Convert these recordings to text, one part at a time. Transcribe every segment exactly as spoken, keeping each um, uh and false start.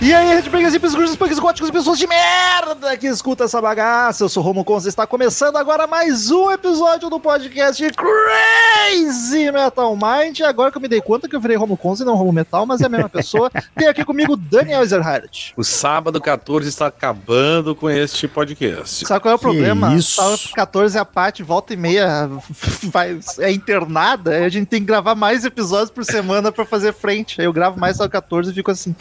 E aí, Redbangers, hippies, grunges, punks, góticos e pessoas de merda que escuta essa bagaça. Eu sou o Romulo Conza e está começando agora mais um episódio do podcast Crazy Metal Mind. Agora que eu me dei conta que eu virei Romulo Conza e não Romulo Metal, mas é a mesma pessoa. Tem aqui comigo Daniel Ezerhardt. O sábado quatorze está acabando com este podcast. Sabe qual é o Que problema? isso? Sábado quatorze a Paty volta e meia vai, é internada, aí a gente tem que gravar mais episódios por semana pra fazer frente. Aí eu gravo mais sábado quatorze e fico assim.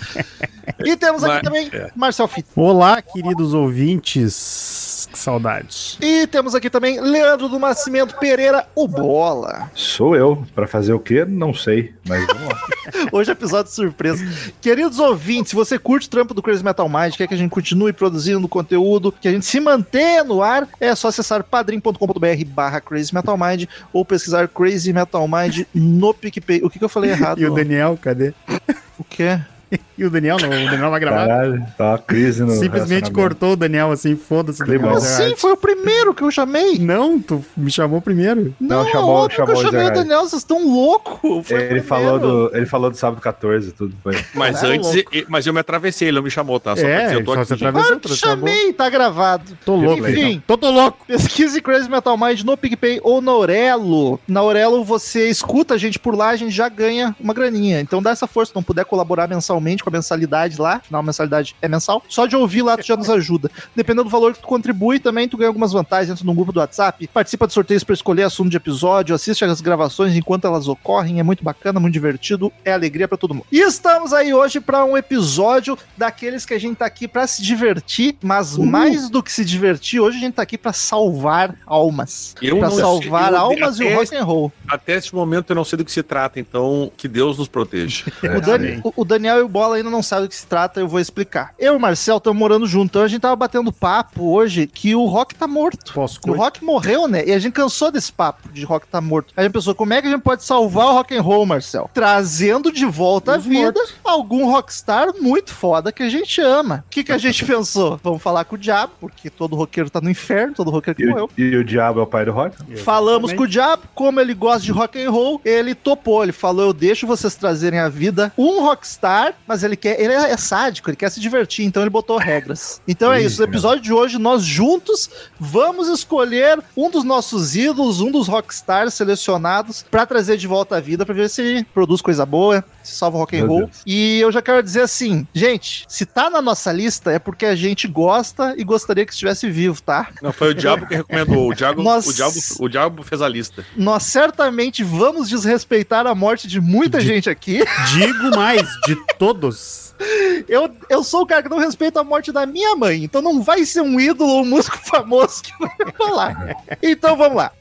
E temos aqui Mas, também é. Marcel Fita. Olá, queridos ouvintes. Que saudades. E temos aqui também Leandro do Nascimento Pereira, o Bola. Sou eu. Pra fazer o quê? Não sei, mas vamos lá. Hoje é episódio de surpresa. Queridos ouvintes, se você curte o trampo do Crazy Metal Mind, quer que a gente continue produzindo conteúdo, que a gente se mantenha no ar, é só acessar padrim.com.br barra Crazy Metal Mind ou pesquisar Crazy Metal Mind no PicPay. O que, que eu falei errado? E o Daniel, cadê? O quê? E o Daniel não, o Daniel vai gravar. Caralho, tá uma crise no Simplesmente relacionamento. cortou o Daniel assim, foda-se. Clima. Daniel. Como assim? Foi o primeiro que eu chamei? Não, tu me chamou primeiro. Não, Não, chamou- óbvio chamou que eu o chamei o Ezerhardt. Daniel, vocês estão loucos. Foi o Ele primeiro. falou, do, ele falou do sábado quatorze, tudo. Foi. Mas Ah, antes, louco. e- mas eu me atravessei, ele não me chamou, tá? Só pra É, dizer, eu tô só aqui, você gente. atravessou. Claro que chamei, tá gravado. Tô louco, Enfim. então. Tô, tô louco. Pesquise Crazy Metal Mind no PicPay ou na Aurelo. Na Aurelo você escuta a gente por lá, a gente já ganha uma graninha. Então dá essa força, se não puder colaborar mensalmente com a mensalidade lá, afinal a mensalidade é mensal, só de ouvir lá tu já nos ajuda. Dependendo do valor que tu contribui também, tu ganha algumas vantagens dentro do grupo do WhatsApp, participa de sorteios para escolher assunto de episódio, assiste as gravações enquanto elas ocorrem, é muito bacana, muito divertido, é alegria para todo mundo. E estamos aí hoje para um episódio daqueles que a gente tá aqui para se divertir, mas mais do que se divertir, hoje a gente tá aqui para salvar almas. Eu Pra não salvar sei, eu- almas e o até- rock and roll. Até este momento eu não sei do que se trata, então que Deus nos proteja. O, Dani- o- o Daniel e o Bola ainda não sabem do que se trata, eu vou explicar. Eu e o Marcel estamos morando junto, então a gente tava batendo papo hoje que o rock tá morto. Posso O rock morreu, né? E a gente cansou desse papo de rock tá morto. A gente pensou, como é que a gente pode salvar o rock and roll, Marcel? Trazendo de volta à Os vida mortos. algum rockstar muito foda que a gente ama. O que, que a gente pensou? Vamos falar com o diabo, porque todo roqueiro tá no inferno, todo roqueiro que E, morreu. o, e o diabo é o pai do rock? Falamos com o diabo, como ele gosta de rock and roll, ele topou, ele falou, eu deixo vocês trazerem à vida um rockstar, mas ele quer, ele é, é sádico, ele quer se divertir, então ele botou regras. Então é Ih, isso, no episódio de hoje nós juntos vamos escolher um dos nossos ídolos, um dos rockstars selecionados pra trazer de volta à vida, pra ver se produz coisa boa, se salva o rock and Meu roll. Deus. E eu já quero dizer assim, gente, se tá na nossa lista é porque a gente gosta e gostaria que estivesse vivo, tá? Não, foi o diabo que recomendou. O diabo, Nossa. o diabo, o diabo fez a lista. Nós certamente vamos desrespeitar a morte de muita De- gente aqui. Digo mais, de todos. Eu, eu sou o cara que não respeita a morte da minha mãe, então não vai ser um ídolo ou um músico famoso que vai falar. Então vamos lá.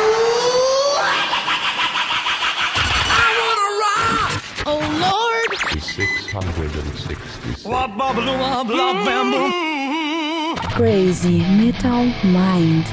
Oh Lord! six hundred sixty-six. Crazy Metal Mind.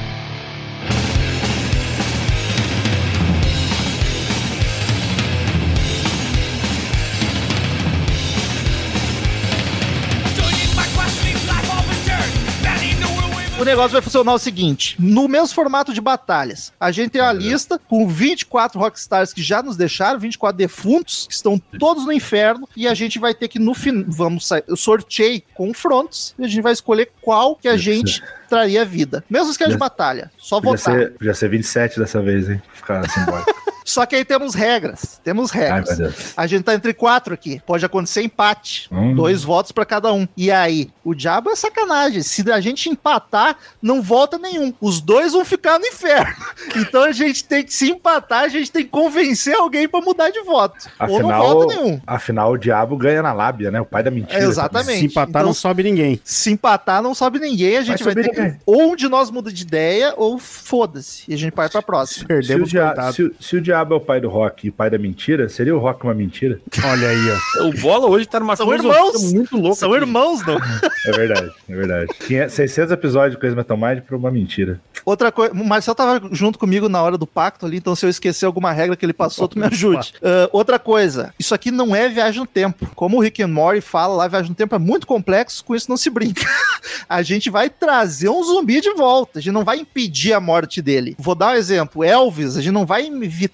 O negócio vai funcionar o seguinte: no mesmo formato de batalhas, a gente tem a lista com vinte e quatro rockstars que já nos deixaram, vinte e quatro defuntos, que estão todos no inferno, e a gente vai ter que, no final, vamos sair, eu sorteio confrontos, e a gente vai escolher qual que a gente traria vida. Mesmo esquema de batalha, só Podia votar. ser, podia ser vinte e sete dessa vez, hein? Ficar simbólico. Só que aí temos regras, temos Ai, regras. meu Deus. A gente tá entre quatro aqui. Pode acontecer empate. Hum. Dois votos pra cada um. E aí, o diabo é sacanagem. Se a gente empatar, não volta nenhum. Os dois vão ficar no inferno. Então a gente tem que se empatar, a gente tem que convencer alguém pra mudar de voto. Ou não Afinal, volta nenhum. afinal, o diabo ganha na lábia, né? O pai da mentira. É, exatamente. Se empatar, Então, não sobe ninguém. se empatar, não sobe ninguém. A gente vai, subir ter que. ninguém. Ou um de nós muda de ideia, ou foda-se. E a gente parte pra próxima. Se o, Perdemos dia- coitado. se o- se o diabo é o pai do rock e o pai da mentira, seria o rock uma mentira? Olha aí, ó. O Bola hoje tá numa São filosofia irmãos. muito louca. São aqui. irmãos, não? É verdade, é verdade. Tinha seiscentos episódios de Crazy Metal Mind pra uma mentira. Outra coisa, o Marcel tava junto comigo na hora do pacto ali, então se eu esquecer alguma regra que ele passou, tu me ajude. Ah, outra coisa, isso aqui não é viagem no tempo. Como o Rick and Morty fala lá, viagem no tempo é muito complexo, com isso não se brinca. A gente vai trazer um zumbi de volta, a gente não vai impedir a morte dele. Vou dar um exemplo, Elvis, a gente não vai evitar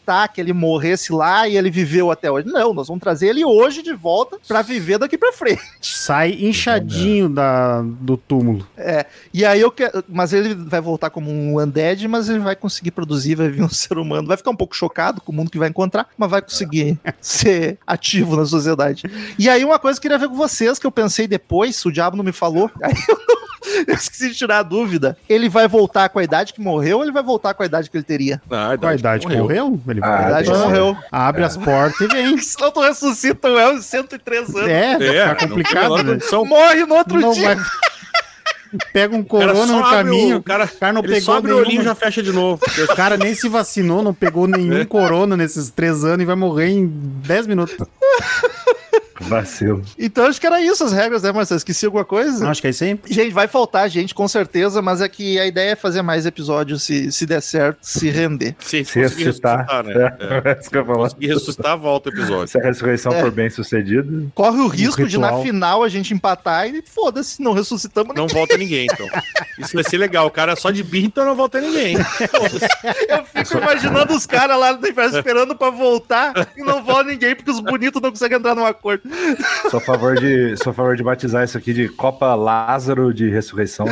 aceitar que ele morresse lá e ele viveu até hoje. Não, nós vamos trazer ele hoje de volta pra viver daqui pra frente. Sai inchadinho da, do túmulo. É, e aí eu quero... Mas ele vai voltar como um undead, mas ele vai conseguir produzir, vai vir um ser humano. Vai ficar um pouco chocado com o mundo que vai encontrar, mas vai conseguir ser ativo na sociedade. E aí uma coisa que eu queria ver com vocês, que eu pensei depois, o diabo não me falou, aí eu, eu esqueci de tirar a dúvida. Ele vai voltar com a idade que morreu ou ele vai voltar com a idade que ele teria? Ah, Com a idade morreu. morreu? Ele Ah, vai. A idade tem- morreu. Abre as portas e vem. Senão tu ressuscita o El de cento e três anos. É, É, vai ficar não tem a complicado, menor né? condição. Morre no outro Não dia. vai... Pega um O cara corona só no abre caminho. O cara, O cara não ele pegou só abre o olhinho e nenhuma- já fecha de novo. O cara nem se vacinou, não pegou nenhum É. corona nesses três anos e vai morrer em dez minutos. Vacilo. Então acho que era isso as regras, né, Marcelo? Esqueci alguma coisa? Acho que é isso aí. Gente, vai faltar gente, com certeza, mas é que a ideia é fazer mais episódios se, se der certo, se render. Se Se conseguir ressuscitar. ressuscitar, né? É. É isso que eu ia falar. Conseguir ressuscitar, volta o episódio. Se a ressurreição É. for bem sucedida, Corre o risco de na ritual. final a gente empatar e foda-se, não ressuscitamos Não volta ninguém, então. Isso vai ser legal. O cara é só de birra, então não volta ninguém. Eu fico imaginando os caras lá no inferno esperando pra voltar e não volta ninguém porque os bonitos não conseguem entrar num acordo. sou a favor de, sou a favor de batizar isso aqui de Copa Lázaro de Ressurreição.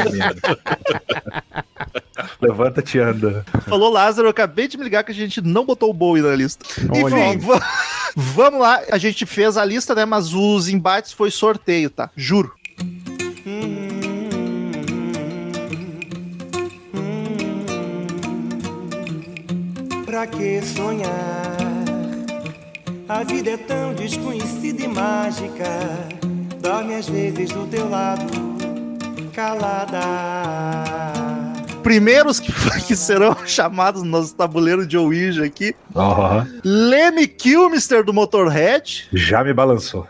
Levanta-te e anda. Falou Lázaro, eu acabei de me ligar que a gente não botou o Bowie na lista. Olha. Enfim, va- vamos lá. A gente fez a lista, né? Mas os embates foi sorteio, tá? Juro. Pra que sonhar? A vida é tão desconhecida e mágica. Dorme às vezes do teu lado, calada. Primeiros que, que serão chamados no nosso tabuleiro de Ouija aqui. Ó, Lemmy Kilmister do Motorhead. já me balançou.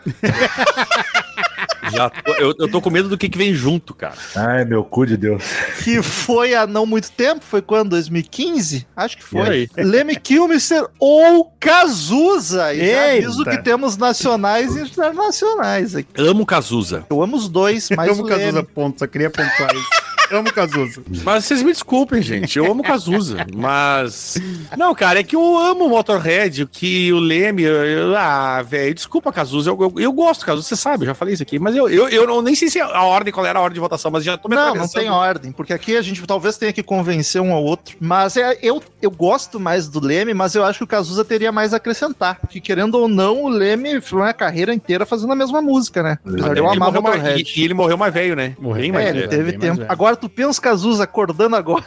Já tô- eu, eu tô com medo do que, que vem junto, cara. Ai, meu cu de Deus. Que foi há não muito tempo, foi quando? dois mil e quinze? Acho que Por foi. aí. Lemmy Kilmister ou Cazuza. E já Eita. aviso que temos nacionais e internacionais aqui. Amo Cazuza. Eu amo os dois, mas Amo o Cazuza, Leme. ponto. Só queria pontuar isso. Amo Cazuza. Mas vocês me desculpem, gente. Eu amo Cazuza. Mas. Não, cara, é que eu amo o Motorhead, que o Leme. eu- eu- ah, velho, desculpa, Cazuza. Eu, eu, eu gosto, Cazuza, você sabe, eu já falei isso aqui. Mas eu, eu, eu não, nem sei se a ordem, qual era a ordem de votação, mas já tô me Não, não atravessando. tem ordem, porque aqui a gente talvez tenha que convencer um ao outro. Mas é, eu, eu gosto mais do Leme, mas eu acho que o Cazuza teria mais a acrescentar. Porque querendo ou não, o Leme foi uma carreira inteira fazendo a mesma música, né? Apesar de eu Ele amar morreu mais, Motorhead. e, e ele morreu mais velho, né? Morreu. Bem mais É, ele velho. teve bem mais tempo. velho. Agora tu pensa o Cazuza acordando agora.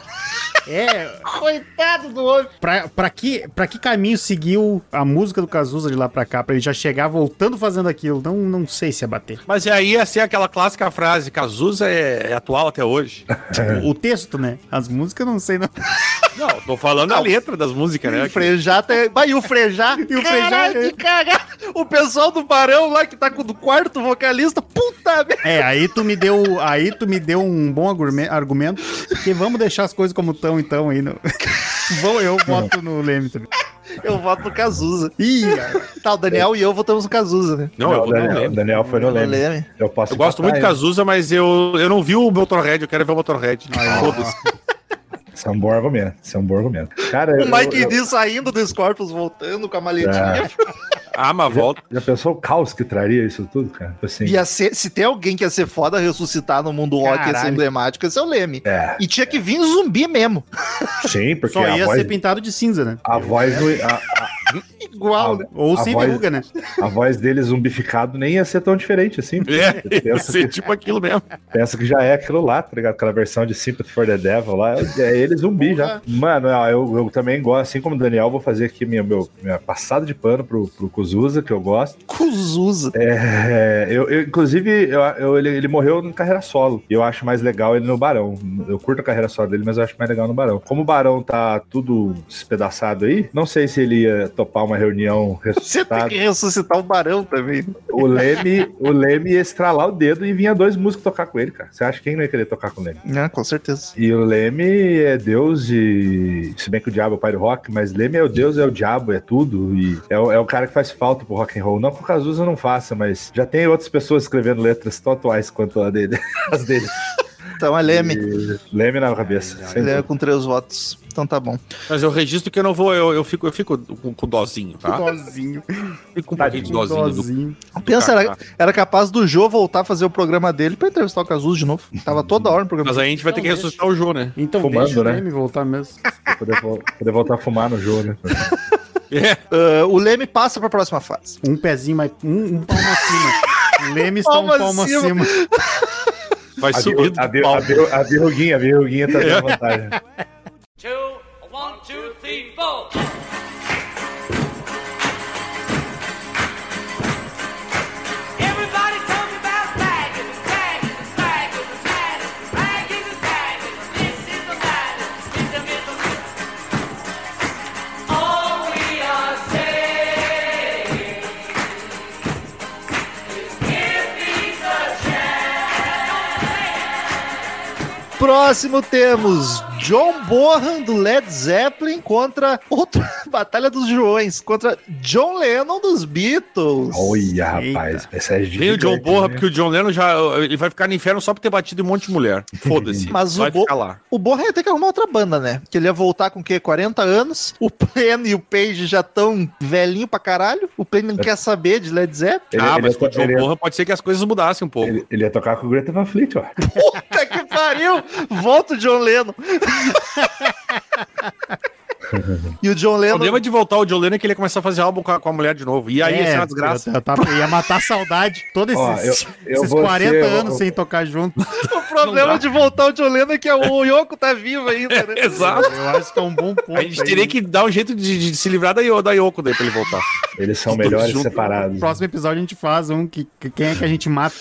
É, Coitado do homem. pra, pra, que, pra que caminho seguiu a música do Cazuza de lá pra cá? Pra ele já chegar voltando fazendo aquilo? Não, não sei se ia bater. Mas aí ia ser aquela clássica frase: Cazuza é, é atual até hoje. O, o texto, né? As músicas eu não sei, não. Não, tô falando a letra das músicas, né? O Frejá tem. Vai, e o Frejá? E o Frejá, Caralho, é. que cagada. O pessoal do Barão lá que tá com o quarto vocalista. Puta merda. É, aí tu me deu, aí tu me deu um bom argume- argumento, que vamos deixar as coisas como estão, então, aí. No... Vou, eu voto no Leme também. Eu voto no Cazuza. Ih, Tá, o Daniel e eu votamos no Cazuza, né? Não, Não, eu o vou dar um Daniel, Leme. Daniel foi no No Leme. Leme. Eu posso Eu gosto muito de empatar, Cazuza, mas eu, eu não vi o Motorhead, eu quero ver o Motorhead. Foda-se. Isso é um bom argumento. Isso é um bom argumento. Cara, O eu, Mike eu, D saindo do Scorpions, voltando com a maletinha. Ah, mas volta. já pensou o caos que traria isso tudo, cara? Assim, Ia ser, se tem alguém que ia ser foda ressuscitar no mundo rock e ia ser Caralho. emblemático, esse é o Leme. é, E tinha que vir zumbi mesmo. sim, porque só a ia voz, ser pintado de cinza, né? a voz do, a, Igual, né? Ou a sem voz- verruga, né? a voz dele zumbificado nem ia ser tão diferente assim. É, ia Pensa ser que- tipo aquilo mesmo. Pensa que já é aquilo lá, tá ligado? Aquela versão de Sympathy for the Devil lá, é ele zumbi já. Mano, eu, eu também gosto, assim como o Daniel, vou fazer aqui minha, meu, minha passada de pano pro, pro Cazuza, que eu gosto. Cazuza. É, eu, eu, inclusive, eu, eu- ele, ele morreu em carreira solo, e eu acho mais legal ele no Barão. Eu curto a carreira solo dele, mas eu acho mais legal no Barão. Como o Barão tá tudo despedaçado aí, não sei se ele ia topar uma reunião Você tem ressuscitada. que ressuscitar o Barão também. O Leme, o Leme ia estralar o dedo e vinha dois músicos tocar com ele, cara. Você acha que quem não ia querer tocar com o Leme? É, com certeza. E o Leme é Deus e... Se bem que o diabo é o pai do rock, mas Leme é o Deus, é o diabo, é tudo. E é o, é o cara que faz falta pro rock and roll. Não que o Cazuza não faça, mas já tem outras pessoas escrevendo letras tão atuais quanto a dele, as dele. Então é Leme. E Leme na cabeça. sem Leme dúvida. com três votos. Então tá bom. Mas eu registro que eu não vou, eu, eu fico, eu fico com, com dozinho, tá? Dozinho. Fico com um pouquinho de dozinho. Dozinho. Do, Pensa, do era, era capaz do Jô voltar a fazer o programa dele pra entrevistar o Cazuza de novo. Tava toda hora no programa. Mas aí a gente vai ter que Não, ressuscitar o Jô, né? Então Fumando, deixa o né? Leme voltar mesmo. Pra poder, vo- poder voltar a fumar no jogo, né? É. Uh, o Leme passa pra próxima fase. Um pezinho mais... Um, um palmo acima. O Leme está um Palmo palmo acima. acima. Vai A, subir vir- do a, vir- palco. a, vir- a virruguinha, a virruguinha tá dando vantagem. Two, one, two, three, four. Everybody tell me about ragging, ragging, ragging, ragging, ragging, ragging. This is the madness, it's the middle. All we are saying is give peace a chance. Próximo temos John Bonham do Led Zeppelin contra outra Batalha dos Joões, contra John Lennon dos Beatles. Olha, rapaz. Essa é Vem o John gigante, Borra, né? porque o John Lennon já ele vai ficar no inferno só por ter batido em um monte de mulher. Foda-se. Mas vai o, Bo ficar lá. o Bonham ia ter que arrumar outra banda, né? Porque ele ia voltar com o quê? quarenta anos. O Penn e o Page já estão velhinho pra caralho. O Penn não quer saber de Led Zeppelin. Ele- ah, ele mas ia com o to- John ele ia- Borra pode ser que as coisas mudassem um pouco. Ele, ele ia tocar com o Greta Van Fleet, ó. Puta que pariu! Volta o John Lennon. E o John O Lennon... problema de voltar o John Lennon é que ele ia começar a fazer álbum com a, com a mulher de novo. E aí ia ser uma desgraça. Eu, eu tava- ia matar a saudade. Todos Ó, esses, eu- eu esses vou quarenta ser- anos eu- sem tocar junto. O problema de voltar o John Lennon é que o Yoko tá vivo ainda, né? Exato. Eu acho que é um bom ponto. A gente aí. teria que dar um jeito de, de se livrar da, Yo- da Yoko daí pra ele voltar. Eles são melhores junto. separados. No próximo episódio a gente faz um que, que quem é que a gente mata.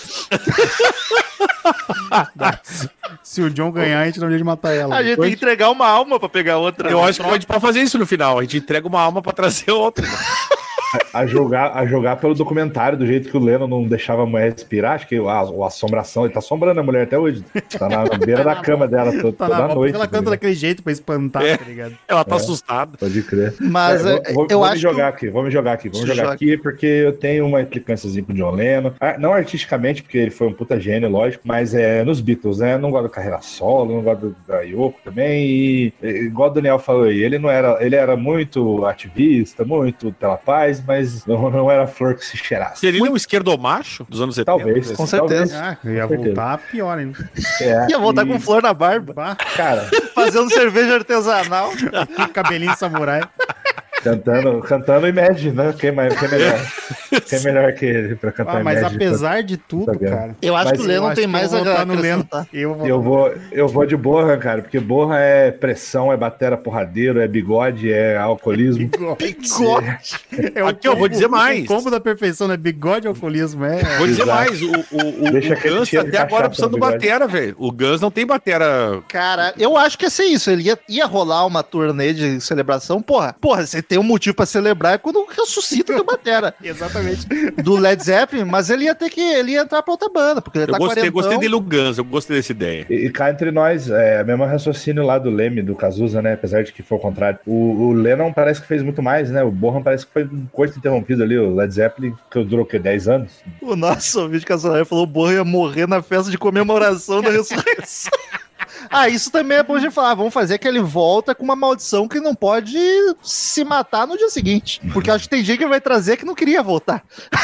Se o John ganhar, a gente não deixa de matar ela. A gente tem que entregar uma alma pra pegar outra. Eu acho que pode pra fazer isso no final. A gente entrega uma alma pra trazer outra. A jogar, a jogar pelo documentário, do jeito que o Lennon não deixava a mulher respirar, acho que a, a assombração, ele tá assombrando a mulher até hoje. Tá na, na beira da cama dela to- Tá toda na volta, noite. ela tá canta ligado? daquele jeito pra espantar, É. tá ligado? Ela tá É. assustada. Pode crer. Mas É, é, vou, vou- eu vou acho me jogar que... aqui, vamos jogar aqui, vamos Se jogar joga. aqui, porque eu tenho uma implicânciazinha com o John Lennon. Ah, não artisticamente, porque ele foi um puta gênio, lógico, mas é nos Beatles, né? Eu não gosto da carreira solo, não gosto da Yoko também. E igual o Daniel falou aí, ele não era, ele era muito ativista, muito pela paz, mas não, não era flor que se cheirasse. Seria um esquerdomacho dos anos setenta? Talvez. Com certeza. Ah, eu ia Com certeza. voltar pior ainda. É, Ia voltar e, com flor na barba, Bah, cara, fazendo cerveja artesanal. cabelinho samurai. cantando, cantando Imagine, né? Quem, mais, quem, é melhor, quem é melhor que ele pra cantar Ah, mas Imagine? apesar de tudo, Tá vendo? cara. Eu acho Mas que o eu Lennon acho tem que mais eu a vou votar no Lennon. acrescentar. Eu vou, Eu vou, eu vou de Borra, cara, porque Borra é pressão, é batera porradeiro, é bigode, é alcoolismo. Bigode. É o Aqui eu vou dizer mais. O combo da perfeição, né? Bigode e alcoolismo, é. Vou dizer Exato. mais, o, o, o, Deixa o aquele Guns cheiro até de agora cachaça precisa do no bigode. batera, velho. O Guns não tem batera. Cara, eu acho que ia ser isso. Ele ia, ia rolar uma turnê de celebração. Porra, porra, você tem um motivo pra celebrar é quando ressuscita o batera Exatamente. do Led Zeppelin, mas ele ia ter que ele ia entrar pra outra banda, porque ele Eu tá gostei, quarentão. gostei dele o Guns, eu gostei dessa ideia. E, e cá entre nós, é o mesmo raciocínio lá do Leme, do Cazuza, né? Apesar de que foi o contrário. O, o Lennon parece que fez muito mais, né? O Bonham parece que foi um coito interrompido ali. O Led Zeppelin, que durou o quê? dez anos? O nosso ouvinte Casolari falou: o Borra ia morrer na festa de comemoração da ressurreição. Ah, isso também é bom de falar. Vamos fazer que ele volta com uma maldição que não pode se matar no dia seguinte. Porque eu acho que tem gente que vai trazer que não queria voltar.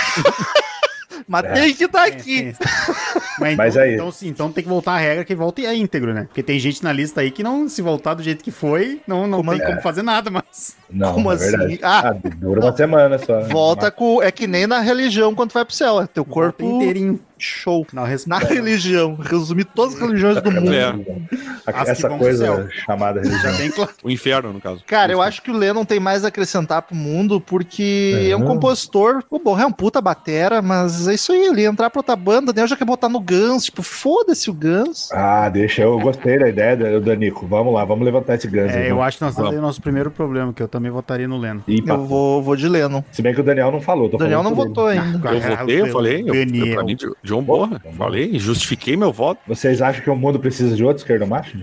Mas É. tem que estar aqui. É, é. Mas, Mas então, aí- Então, sim, então tem que voltar a regra que volte é íntegro, né? Porque tem gente na lista aí que não, se voltar do jeito que foi, não, não Como tem é? como fazer nada, mas. Não, Como é assim? verdade. Ah, Ah, dura uma semana só. Volta com. É que nem na religião quando vai pro céu. É teu Volta corpo inteirinho. show. Na, res... Na religião. Resumir todas as religiões do mundo. É. A- As que Essa vão pro coisa céu. chamada Já religião. bem claro. O inferno, no caso. Cara, eu acho que o Lennon tem mais a acrescentar pro mundo, porque É. é um compositor. O Borra é um puta batera, mas é isso aí, ele ia entrar pra outra banda, né? Eu já quer botar no Guns, tipo, foda-se o Guns. Ah, deixa, eu gostei da ideia do Danico. Vamos lá, vamos levantar esse Guns. É, aí, eu vamos. acho que nós temos aí o nosso primeiro problema, que eu também votaria no Lennon. Ih, Eu papo. vou, vou de Lennon. Se bem que o Daniel não falou. Tô O Daniel não falando por votou ele. ainda. Eu votei, eu falei. Eu, eu, Daniel. pra mim, John Borra. Falei, justifiquei meu voto. Vocês acham que o mundo precisa de outro esquerdo macho?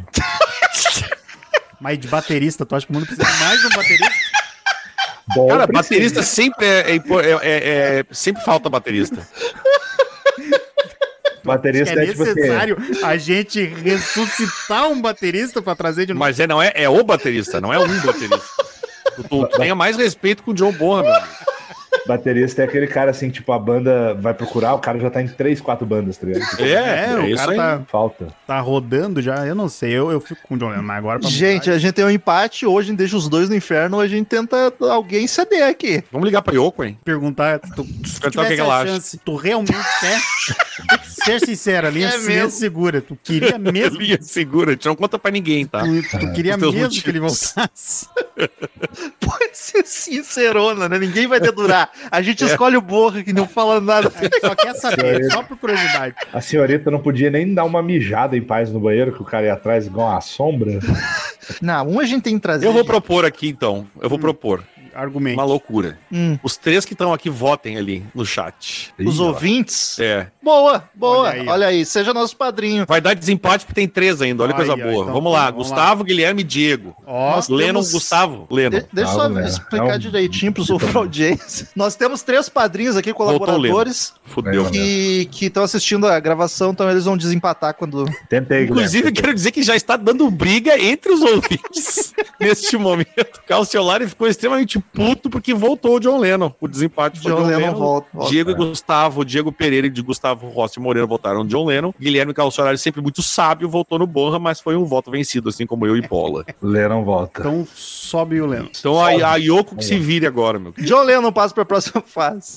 Mas de baterista, tu acha que o mundo precisa de mais de um baterista? Bom, Cara, precisa. baterista sempre é, é impo- é- é- é- sempre falta baterista. Baterista é é, tipo assim, necessário a gente ressuscitar um baterista pra trazer de novo. Mas é, não é, é o baterista, não é um baterista. Tu, tu, tu tenha mais respeito com o John Bonham, meu amigo. baterista é aquele cara assim, tipo, a banda vai procurar, o cara já tá em três, quatro bandas, tá ligado? É, É, é o isso cara aí. tá, Falta. tá rodando já, eu não sei, eu, eu fico com o John Lennon, mas agora pra Gente, mudar, a gente tem um empate, hoje a gente deixa os dois no inferno, a gente tenta alguém ceder aqui. Vamos ligar pra Yoko, hein? perguntar, tu, se tu Perguntar o que tivesse que ela a acha. chance, tu realmente quer ser sincero, a linha É é mesmo. segura, tu queria mesmo, Linha segura, a gente não conta pra ninguém, tá? tu, tu queria Os teus mesmo que ele motivos. voltasse. Pode ser sincerona, né? Ninguém vai dedurar. A gente escolhe o Borra que não fala nada. A gente só quer saber, só por curiosidade. A senhorita não podia nem dar uma mijada em paz no banheiro, que o cara ia atrás igual uma sombra. Não, um a gente tem que trazer. Eu vou propor aqui, então. Eu vou propor. Argumento. Uma loucura. Hum, Os três que estão aqui votem ali no chat. os Ih, ó. ouvintes. É. Boa, boa. Olha Olha aí, aí, ó. seja nosso padrinho. Vai dar desempate porque tem três ainda. Olha que coisa Ai, ai, boa. então, vamos lá. vamos lá. Gustavo, Guilherme e Diego. Ó, Nós Lennon, temos- Gustavo. Lennon. De- deixa eu só Calma, né? explicar É um- direitinho pros pra audiência. Nós temos três padrinhos aqui, colaboradores, Fudeu. Lennon. que que estão assistindo a gravação, então eles vão desempatar quando. Tentei, Inclusive, Guilherme. quero dizer que já está dando briga entre os ouvintes neste momento. Calciolari ficou extremamente puto porque voltou o John Lennon. O desempate foi John John, Lennon Lennon. volta, volta. Diego e Gustavo, Diego Pereira e de Gustavo Rossi Moreira votaram John Lennon. Guilherme Calciolari, sempre muito sábio, votou no Borra, mas foi um voto vencido, assim como eu e Bola. O Lennon volta. então sobe o Lennon. Então a, a Yoko que se vire agora, meu. John Lennon passa pra próxima fase.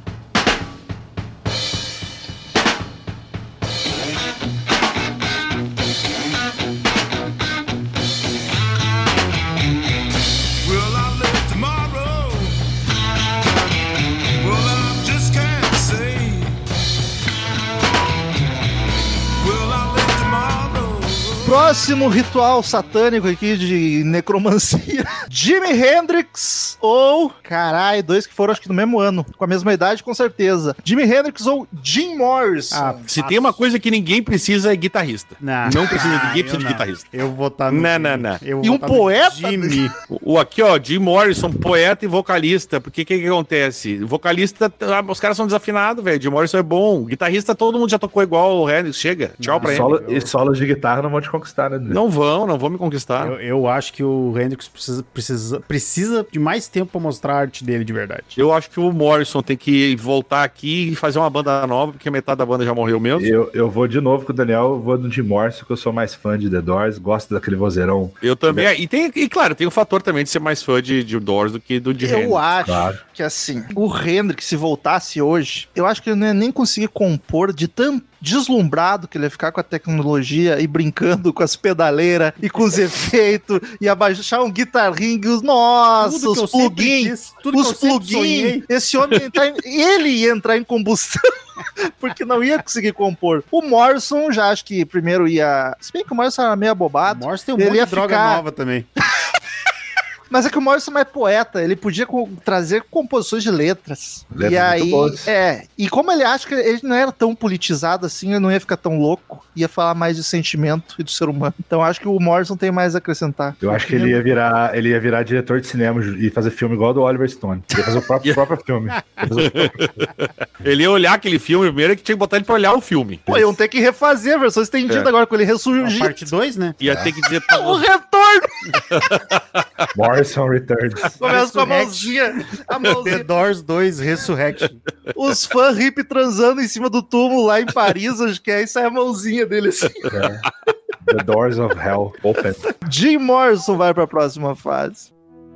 Will I live tomorrow? Well, I just can't say. Will I live tomorrow? Próximo ritual satânico aqui de necromancia. Jimi Hendrix ou... Caralho, dois que foram acho que no mesmo ano. Com a mesma idade, com certeza. Jimi Hendrix ou Jim Morrison. Ah, Se tem uma coisa que ninguém precisa é guitarrista. Não, Não precisa, Ah, ninguém eu precisa de não. guitarrista. Eu vou votar no Não, Jimmy. não, não. Eu vou E um votar no poeta Jimmy. O, o aqui, ó, Jim Morrison, poeta e vocalista. Porque o que, que acontece? O vocalista, ah, os caras são desafinados, velho. Jim Morrison é bom. Guitarrista, todo mundo já tocou igual o Hendrix. Chega, tchau pra E, ele. solo, e solos de guitarra não vão te conquistar, né? Não vão, não vão me conquistar. Eu, eu acho que o Hendrix precisa, precisa, precisa de mais tempo pra mostrar a arte dele de verdade. Eu acho que o Morrison tem que voltar aqui e fazer uma banda nova, porque metade da banda já morreu mesmo. Eu, eu vou de novo com o Daniel, eu vou no Jim Morrison, que eu sou mais fã de The Doors, gosto daquele vozeirão. Eu também. E, tem, e claro, tem o fator também de ser mais fã de, de Doors do que do de Eu Hendrix. acho claro. que assim, o Hendrix, se voltasse hoje, eu acho que ele não ia nem conseguir compor de tão deslumbrado que ele ia ficar com a tecnologia e brincando com as pedaleiras e com os efeitos e abaixar um Guitar Ring, os nossa, Tudo que eu os sempre plugins, quis, tudo os que eu sempre plugins. sonhei. Esse homem ia entrar em, ele ia entrar em combustão. Porque não ia conseguir compor. O Morrison, já acho que primeiro ia. Se bem que o Morrison era meio O abobado. Morrison tem um Ele monte ia de droga ficar- nova também. Mas é que o Morrison é poeta, ele podia co- trazer composições de letras. Letras e muito aí, boas. é. E como ele acha que ele não era tão politizado assim, ele não ia ficar tão louco, ia falar mais de sentimento e do ser humano. Então acho que o Morrison tem mais a acrescentar. Eu acho que ele ia virar, ele ia virar diretor de cinema e fazer filme igual do Oliver Stone. Ia fazer o próprio, próprio filme. Ia fazer o próprio- Ele ia olhar aquele filme primeiro que tinha que botar ele pra olhar o filme. Pô, iam ter que refazer a versão estendida É. agora com ele A ressurgindo. parte dois, né? Ia ter que dizer. tá O bom. retorno! Morrison Returns. Começa com a Resurrection. mãozinha. A The mãozinha. Doors dois Resurrection. Os fãs hippie transando em cima do túmulo lá em Paris, acho que é isso, é a mãozinha dele assim. É. The Doors of Hell Open. Jim Morrison vai pra próxima fase.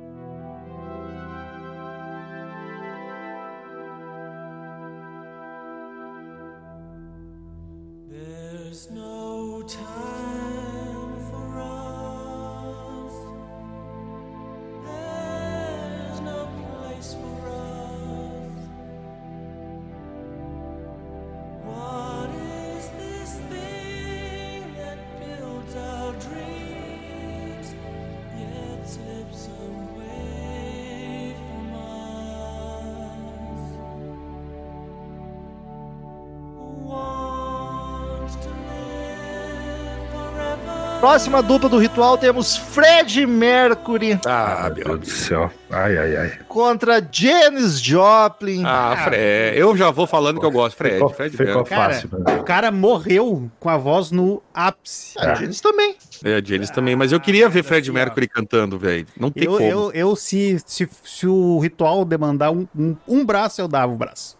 There's no time for us. There's no place for us. What is this thing that builds our dreams, yet slips away from us? Who wants to live forever? Próxima dupla do ritual temos Fred Mercury Ah, Meu meu Deus do céu. Ai, ai, ai. contra Janis Joplin. Ah, Fred. Eu já vou falando que eu gosto. Fred, Ficou, Fred. ficou Mercury. Cara, fácil. Né? o cara morreu com a voz no ápice. A Janis também. É, a Janis também. Mas eu queria ver Fred assim, ó. Mercury cantando, velho. Não tem Eu, como. eu, eu se, se, se o ritual demandar um, um, um braço, eu dava o braço.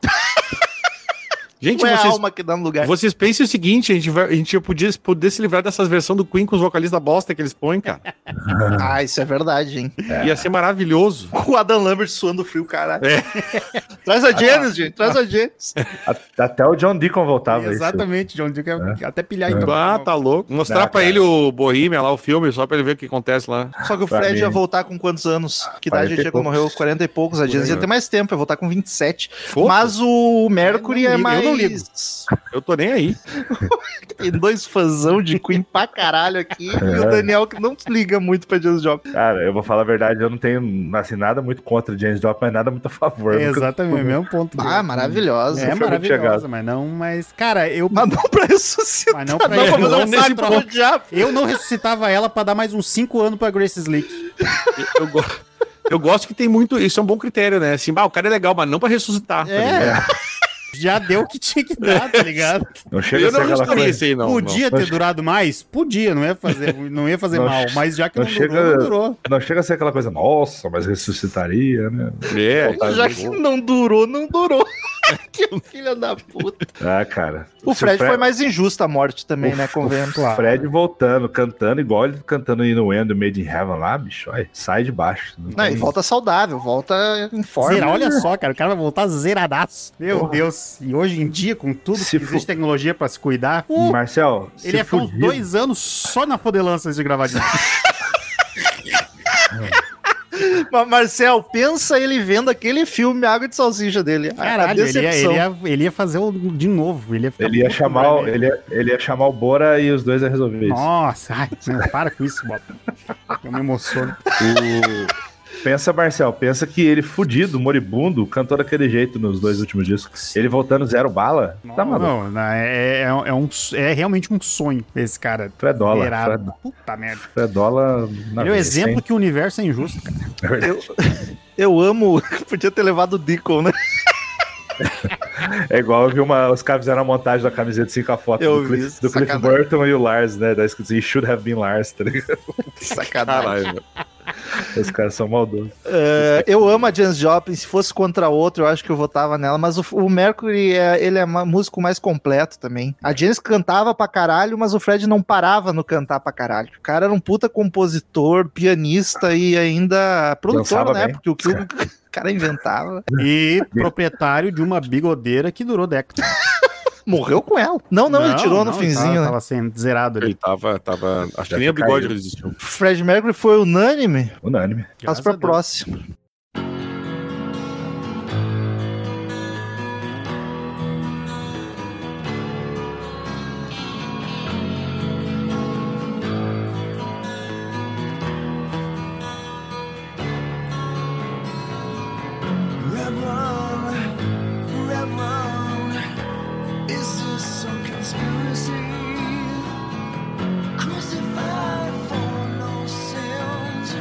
Gente, Não é a vocês, alma que dá no lugar. vocês pensem o seguinte, a gente, vai, a gente podia poder se livrar dessas versões do Queen com os vocalistas bosta que eles põem, cara. Ah, isso é verdade, hein? Ia ser maravilhoso. Com o Adam Lambert suando frio, caralho. É. Traz a Janis, gente. Traz a Janis. A- Até o John Deacon voltava. isso. Exatamente, John Duke é. Até pilhar então. Ah, tá louco. Mostrar Ah, pra cara. ele o Bohemia lá, o filme, só pra ele ver o que acontece lá. Só que o Pra Fred mim. ia voltar com quantos anos? Que idade quarenta ele e tinha quando poucos. morreu? quarenta e poucos. A Janis ia ter mais tempo, ia voltar com vinte e sete. Fofo. Mas o Mercury Eu é não ligo, mais. eu não ligo. Eu tô nem aí. Tem dois fãzão de Queen pra caralho aqui. E o É. Daniel que não liga muito pra Janis Joplin. Cara, eu vou falar a verdade, eu não tenho assim, nada muito contra o Janis Joplin, mas nada muito a favor. É, Nunca- exatamente, é o mesmo ponto. Ah, dele. maravilhosa. É foi muito maravilhosa, chegado. mas não, mas, cara, eu, Mas não pra ressuscitar. Mas não pra não, ele, pra fazer não um nesse sacro ponto. do diabo. eu não ressuscitava ela pra dar mais uns cinco anos pra Grace Slick. Eu, go- eu gosto que tem muito. Isso é um bom critério, né? Assim, bah, o cara é legal, mas não pra ressuscitar. tá ligado? É. Já deu o que tinha que dar, tá ligado? Não chega Eu a ser não aquela ressuscitaria coisa. esse aí, não. Podia não. ter durado mais? Podia, não ia fazer, não ia fazer Não mal. che- Mas já que não não, chega- durou, não durou. Não chega a ser aquela coisa, nossa, mas ressuscitaria, né? Não. É, Tá Já bom. que não durou, não durou. Que filha da puta. Ah, cara. O Se Fred foi mais injusta a morte também, o- né? o Convenhamos. Fred voltando, cantando igual ele cantando aí no End Made in Heaven lá, bicho. Olha, sai de baixo. Não Não, e tem- volta saudável, volta em forma. Zera, olha só, cara, o cara vai voltar zeradaço. Meu Porra. Deus. E hoje em dia, com tudo Se que fu- existe tecnologia pra se cuidar, uh, Marcel, ele se ia ficar uns fudido- dois anos só na fodelança antes de gravar de novo. Mas, Marcel, pensa ele vendo aquele filme Água de Salsicha dele. A- a Caralho, ele ia, decepção. ele, ia, ele ia fazer o de novo. Ele ia, ficar Ele ia puto chamar, com o- ele. ele ia, ele ia chamar o Bora e os dois iam resolver isso. Nossa, ai, não, para com isso, Bob. Eu me emociono. O- Pensa, Marcel, pensa que ele fudido, moribundo, cantou daquele jeito nos dois últimos discos. Ele voltando zero bala, tá maluco. Não, não, é, é, é, um, é realmente um sonho esse cara. Fredola, zerado. Fred- Puta merda. Fredola na Ele é o vez, exemplo hein? que o universo é injusto, cara. É verdade. Eu amo. Podia ter levado o Deacon, né? É igual eu vi uma, os caras fizeram a montagem da camiseta assim com a foto Eu do, vi Cliff, isso, do Cliff sacanagem. Burton e o Lars, né? Da escrito assim, should have been Lars, tá ligado? Sacanagem. Caralho, meu. Os caras são maldosos. É, eu amo a Janis Joplin. Se fosse contra outro, eu acho que eu votava nela. Mas o, o Mercury, é, ele é ma- músico mais completo também. A Janis cantava pra caralho, mas o Fred não parava no cantar pra caralho. O cara era um puta compositor, pianista e ainda produtor, Dançava né? bem. Porque o que o cara inventava. E proprietário de uma bigodeira que durou décadas. Morreu com ela. Não, não, ele tirou no finzinho, Tava, né? tava sendo zerado ali. Ele tava, tava. Acho que Já nem o bigode caiu. resistiu. Fred Mercury foi unânime. Unânime. Passa Graças pra a Deus. próxima. Reverend, Reverend, is this some conspiracy? Crucified for no sins,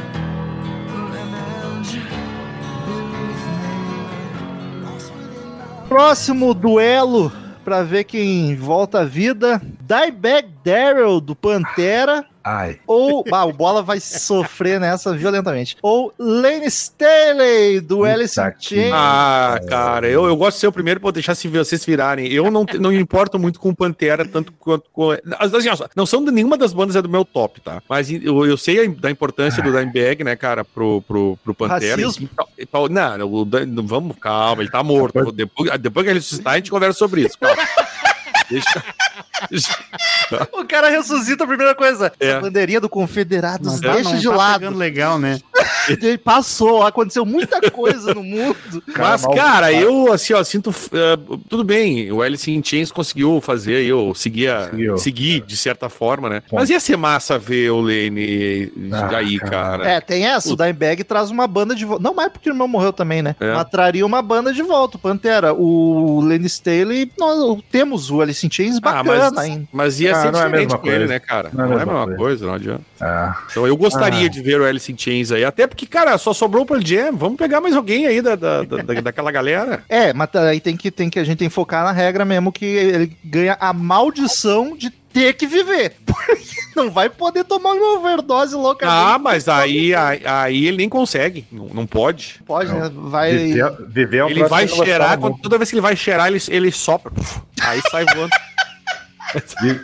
image beneath me, lost within my Próximo duelo pra ver quem volta à vida. Dimebag Darrell do Pantera Ai. ou ah, o Bola vai sofrer nessa violentamente. Ou Lane Staley do Puta Alice in que- Chains. Ah, cara, eu, eu gosto de ser o primeiro pra deixar se vocês virarem. Eu não, te- não me importo muito com o Pantera, tanto quanto com. Assim, ó, não são de nenhuma das bandas é do meu top, tá? Mas eu, eu sei a- da importância do Dimebag, né, cara, pro, pro, pro Pantera. Racismo. E tal- e tal. Não, o Dan- não, vamos, calma, ele tá morto. Depois, depois que ele ressuscitar, a gente conversa sobre isso. Calma. Deixa. deixa- O cara ressuscita a primeira coisa. É. A bandeirinha do Confederados, Não tá, deixa não de tá lado. pegando legal, né? Ele passou, aconteceu muita coisa no mundo. Mas, mal- cara, eu, assim, ó, sinto... uh, tudo bem, o Alice in Chains conseguiu fazer aí, eu seguia, Conseguiu. seguir, de certa forma, né? Bom. Mas ia ser massa ver o Lane Ah, aí, cara. cara. É, tem essa, o Dimebag traz uma banda de volta. Não mais porque o irmão morreu também, né? É. Mas traria uma banda de volta, o Pantera. O Lane Staley, nós temos o Alice in Chains Ah, bacana mas, ainda. mas ia Ah, ser não é a diferente mesma com ele, coisa. né, cara? Não Não, é a é a mesma mesma coisa, não adianta. Ah, Então eu gostaria Ah. de ver o Alice in Chains aí. Até porque, cara, só sobrou o Pearl Jam. Vamos pegar mais alguém aí da, da, da, da- daquela galera. É, mas aí tem que, tem que a gente tem que focar na regra mesmo que ele ganha a maldição de ter que viver. Porque não vai poder tomar uma overdose louca. Ah, mas aí, aí, aí ele nem consegue. Não, não pode. Pode, né? Vai. viver, viver é um Ele próximo vai inovação cheirar, no quando, mundo. toda vez que ele vai cheirar, ele, ele sopra. Aí sai voando. Vi-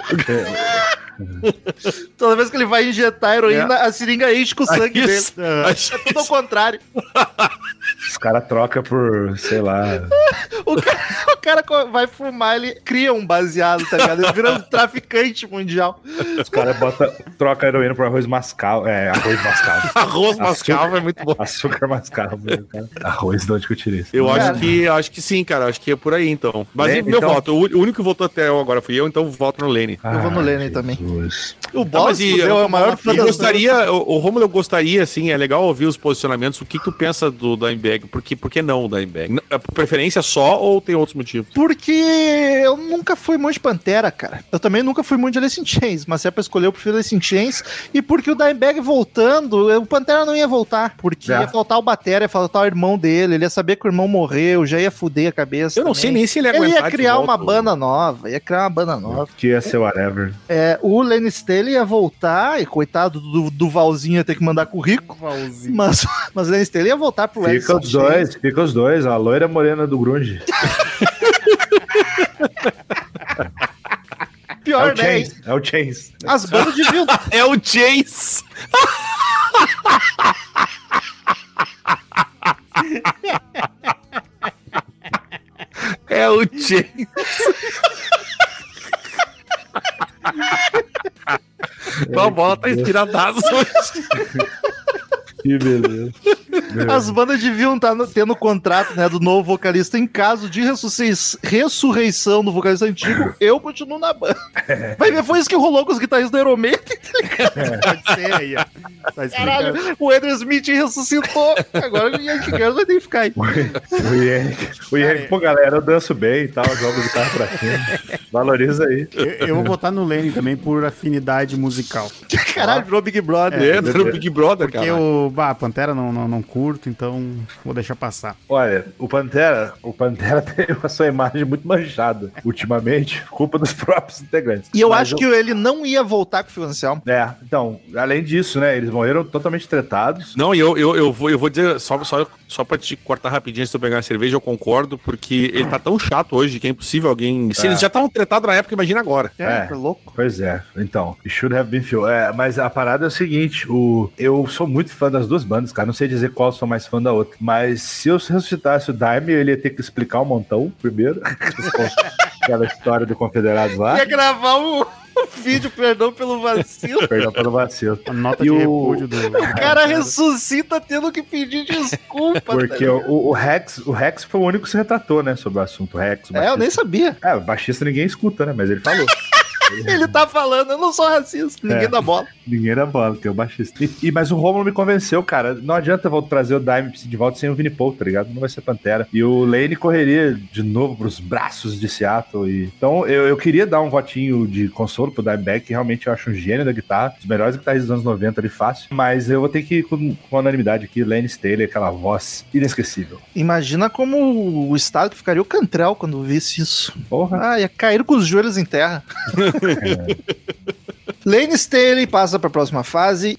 Toda vez que ele vai injetar heroína, a seringa enche com o sangue dele. Isso. É tudo ao contrário. Os caras trocam por, sei lá. O cara, o cara co- vai fumar, ele cria um baseado, tá ligado? Ele vira um traficante mundial. Os caras bota, troca a heroína por arroz mascavo. É, arroz mascavo. Arroz mascavo é muito bom. Açúcar mascavo. Cara. Arroz, de onde que eu tirei isso? Eu Cara. acho que, acho que sim, cara. Acho que é por aí, então. Mas É, meu então- voto, o o único que votou até eu agora fui eu, então voto no Lane. Eu vou no Ai, Lenny também. Jesus. O Não, Boss mas e- é o maior fã Eu das gostaria, o, o Romulo, eu gostaria, assim, é legal ouvir os posicionamentos. O que tu pensa do Dimebag? Por que, por que não o Dimebag? N- é por preferência só ou tem outros motivos? Porque eu nunca fui muito de Pantera, cara. Eu também nunca fui muito de Alice in Chains, mas se é pra escolher, eu prefiro Alice in Chains. E porque o Dimebag voltando, o Pantera não ia voltar. Porque É. ia faltar o Batera, ia faltar o irmão dele, ele ia saber que o irmão morreu, já ia fuder a cabeça. Eu não também. sei nem se ele ia Ele aguentar ia de criar volta, uma banda nova, ia criar uma banda nova. Que ia ser whatever. É, o Lenny Staley ia voltar, e coitado do, do Valzinho ia ter que mandar currículo, mas, mas o Lenny Staley ia voltar pro Alice Fica in os Chains. dois, fica os dois. A loira morena do grunge. É Pior, o né? Chains. É o Chains. As bandas deviam. É o Chase! É o Chase! A bola tá inspiradaço hoje. Que beleza. As bandas deviam estar no, tendo contrato, né, do novo vocalista. Em caso de ressusci- ressurreição do vocalista antigo, eu continuo na banda. Vai ver, foi isso que rolou com os guitarristas do Aerometa. Pode ser aí, ó. Tá explicado. Caralho, o Andrew Smith ressuscitou. Agora o Yankee Girls vai ter que ficar aí. O Ian, o Ian, pô, galera, eu danço bem e tal, jogo guitarra pra cima. Valoriza aí. Eu, eu vou votar no Lenny também por afinidade musical. Caralho, virou Big Brother. É, entra no Big Brother, Porque cara. o bah, Pantera não, não, não curto, então vou deixar passar. Olha, o Pantera, o Pantera tem a sua imagem muito manchada ultimamente, culpa dos próprios integrantes. E eu Mas acho que ele não ia voltar com o Phil Anselmo. É, então, além disso, né, eles morreram totalmente tretados. Não, e eu, eu, eu, vou, eu vou dizer, só, só, só pra te cortar rapidinho antes de eu pegar a cerveja, eu concordo, porque ele tá tão chato hoje que é impossível alguém... Se É. eles já estavam tretados na época, imagina agora. É, É. é louco. Pois é, então, it should have been Phil. É, mas a parada é o seguinte, o, eu sou muito fã das duas bandas, cara, não sei dizer qual eu sou mais fã da outra, mas se eu ressuscitasse o Daime, ele ia ter que explicar um montão, primeiro, aquela história do Confederados lá, Ia gravar o, o vídeo, perdão pelo vacilo. perdão pelo vacilo. A nota E de o- repúdio do. O cara ressuscita tendo que pedir desculpa. Porque tá o, o Rex, o Rex foi o único que se retratou, né, sobre o assunto. O Rex, o ligado? É, eu nem baixista. sabia. É, o baixista ninguém escuta, né, mas ele falou. Ele tá falando, eu não sou racista, ninguém É. dá bola. Ninguém dá bola, que é o baixista. E, e- mas o Romulo me convenceu, cara. Não adianta eu vou trazer o Dime de volta sem o Vini Paul, tá ligado? Não vai ser Pantera. E o Lane correria de novo pros braços de Seattle. E... Então eu, eu queria dar um votinho de consolo pro Dimebag, que realmente eu acho um gênio da guitarra. Os melhores guitarristas dos anos noventa ali, fácil. Mas eu vou ter que ir com, com unanimidade aqui. Lane Staley, aquela voz inesquecível. Imagina como o estado que ficaria o Cantrell quando visse isso. Porra. Ah, ia cair com os joelhos em terra. Lane Staley passa pra próxima fase.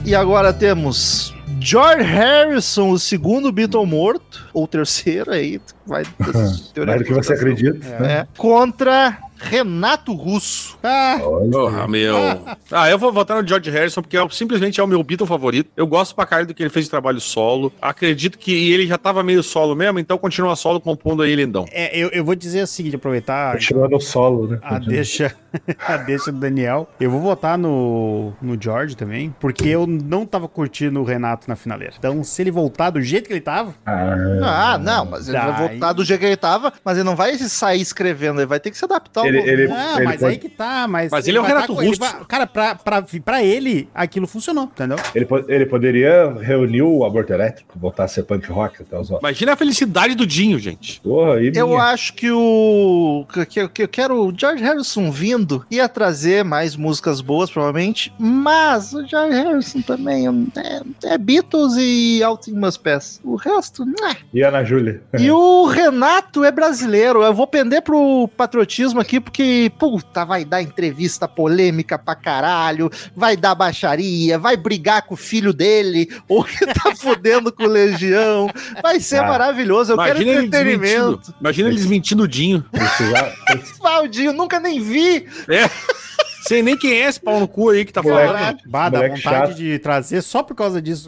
E agora temos George Harrison, o segundo Beatle morto, ou o terceiro aí, vai... Mais do que você acredita. É, contra Renato Russo. Ah, Porra, meu. Ah, eu vou votar no George Harrison porque é, simplesmente é o meu Beatle favorito. Eu gosto pra caralho do que ele fez de trabalho solo. Acredito que ele já tava meio solo mesmo, então continua solo compondo aí, lindão. é, eu, eu vou dizer o seguinte, aproveitar Continua no solo, né? a deixa, a deixa do Daniel. Eu vou votar no, no George também, porque eu não tava curtindo o Renato na finaleira. Então, se ele voltar do jeito que ele tava, Ah, não, mas ele vai Daí- voltar do jeito que ele tava, mas ele não vai sair escrevendo, ele vai ter que se adaptar ao Ele- novo. ele- ah, ele mas pode- aí que tá, mas... Mas ele é o vai Renato tá com- ele Russo. vai- Cara, pra, pra, pra ele, aquilo funcionou, entendeu? Ele, po- ele poderia reunir o aborto elétrico, voltar a ser punk rock até os olhos. Imagina a felicidade do Dinho, gente. Porra, e Eu minha. acho que o. Que, que eu quero o George Harrison vindo ia trazer mais músicas boas, provavelmente. Mas o George Harrison também é, é Beatles e Out in Must Pass. O resto, né? E a Ana Júlia. E o Renato é brasileiro. Eu vou pender pro patriotismo aqui, porque, puta, vai dar entrevista polêmica pra caralho, vai dar baixaria, vai brigar com o filho dele, ou que tá fodendo com o Legião. Vai ser Ah, maravilhoso. Eu Imagina quero eles entretenimento. mentindo. Imagina eles mentindo o Dinho. Precisava- Valdinho, nunca nem vi. É. Sei nem quem é esse pau no cu aí que tá Moleque. falando. Bah, dá Moleque vontade chato. de trazer só por causa disso.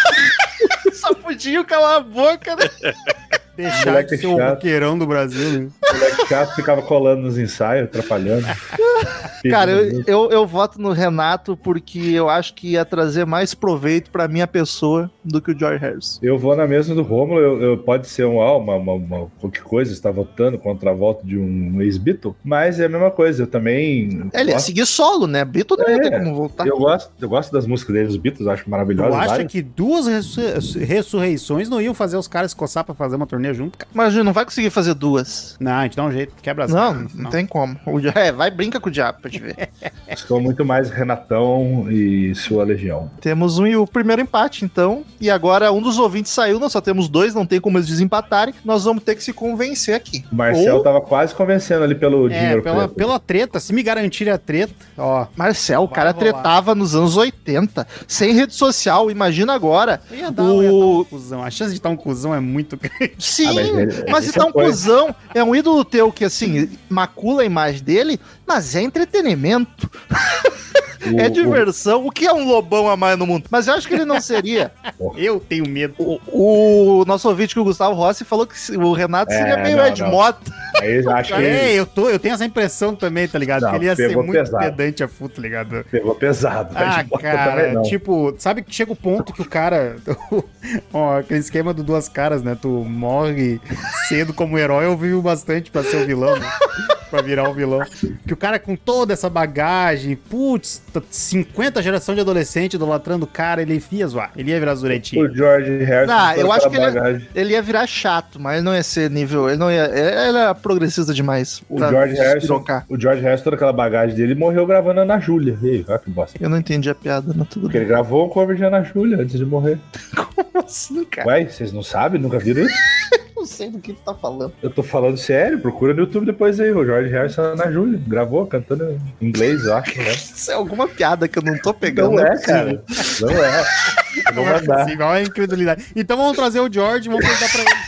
Só podia calar a boca, né? Deixar Moleque de ser o chato. roqueirão do Brasil, né? O moleque chato ficava colando nos ensaios, atrapalhando. Cara, eu, eu, eu voto no Renato porque eu acho que ia trazer mais proveito pra minha pessoa do que o George Harrison. Eu vou na mesma do Rômulo, eu, eu- pode ser um, ah, uma, uma, uma qualquer coisa, está votando contra a volta de um ex-Beatle, mas é a mesma coisa, eu também Ele ia gosto, seguir solo, né? Beatle não ia ter É, como voltar. eu gosto, eu gosto das músicas deles, os Beatles, acho Tu maravilhosas. acha várias. que duas ressu- ressurreições não iam fazer os caras se coçar pra fazer uma turnê junto, cara? Mas a gente não vai conseguir fazer duas. Não, a gente dá um jeito, quebra as Não, pernas, não tem como. O dia- É, vai, brinca com o diabo pra te ver. Estou muito mais Renatão e sua legião. Temos um e o primeiro empate, então. E agora um dos ouvintes saiu, nós só temos dois, não tem como eles desempatarem. Nós vamos ter que se convencer aqui. O Marcel Ou- tava quase convencendo ali pelo É, dinheiro pela, preto. pela treta, se me garantirem a treta, ó. Marcel, o Vai cara rolar. tretava nos anos oitenta, sem rede social, imagina agora. Eu ia dar, eu ia dar O- um cuzão. A chance de estar um cuzão é muito grande. Sim, Ah, mas ele- mas ele se tá um sempre foi. cuzão, é um ídolo teu que, assim, macula a imagem dele, mas é entretenimento, O- é o- diversão. O que é um lobão a mais no mundo? Mas eu acho que ele não seria. Eu tenho medo. O, o nosso ouvinte, que o Gustavo Rossi, falou que o Renato É, seria meio não, Ed não. Mota. Aí acho que É, ele eu, tô, eu tenho essa impressão também, tá ligado? Não, que ele ia ser pegou muito pesado. pedante a futo, tá ligado? pegou pesado. Ah, Ed Mota cara, também não. tipo, sabe que chega o ponto que o cara. Ó, aquele esquema do duas caras, né? Tu morre cedo como herói ou vive bastante pra ser o vilão, né? Pra virar o vilão. Que o cara com toda essa bagagem, putz, tá cinquenta geração de adolescente idolatrando o cara, ele ia zoar. Ele ia virar zuretinho. O George Harrison. Ah, toda eu acho aquela que ele, bagagem. ele ia virar chato, mas ele não ia ser nível. Ele não ia. Ele era progressista demais. O pra George, se Harrison, espirocar. o George Harrison, toda aquela bagagem dele, morreu gravando Ana Júlia. E aí, olha que bosta. Eu não entendi a piada, não tudo Porque bem. ele gravou um cover de Ana Júlia antes de morrer. Como assim, cara? Ué, vocês não sabem? Nunca viram isso? Não sei do que tu tá falando. Eu tô falando sério, procura no YouTube depois aí. O George Harrison Ana Júlia. Gravou, cantando em inglês, eu acho. Né? Isso é alguma piada que eu não tô pegando. Não é, possível. cara. Não é. Eu vou Não é mandar. possível, olha a incredulidade. Então vamos trazer o George e vamos perguntar pra ele.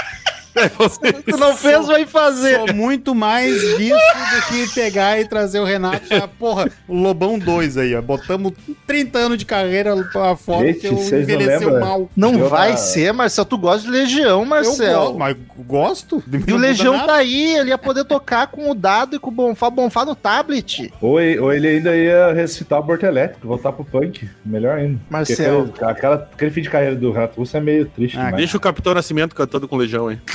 Tu não fez, vai fazer. Sou muito mais disso do que pegar e trazer o Renato. Já, porra, o Lobão dois aí, ó. Botamos trinta anos de carreira pra fora Gente, que eu vocês não envelheceu lembram? mal. Não Eu vai na- ser, Marcel. Tu gosta de Legião, Eu Marcel. gosto, mas gosto. E o Legião tá aí, ele ia poder tocar com o dado e com o Bonfá, Bonfá no tablet. Ou, e- ou ele ainda ia ressuscitar o aborto elétrico, voltar pro punk. Melhor ainda. Marcel. Porque Aquele, aquela, aquele fim de carreira do Renato Russo é meio triste Ah, demais. Deixa o Capitão Nascimento cantando com Legião, hein?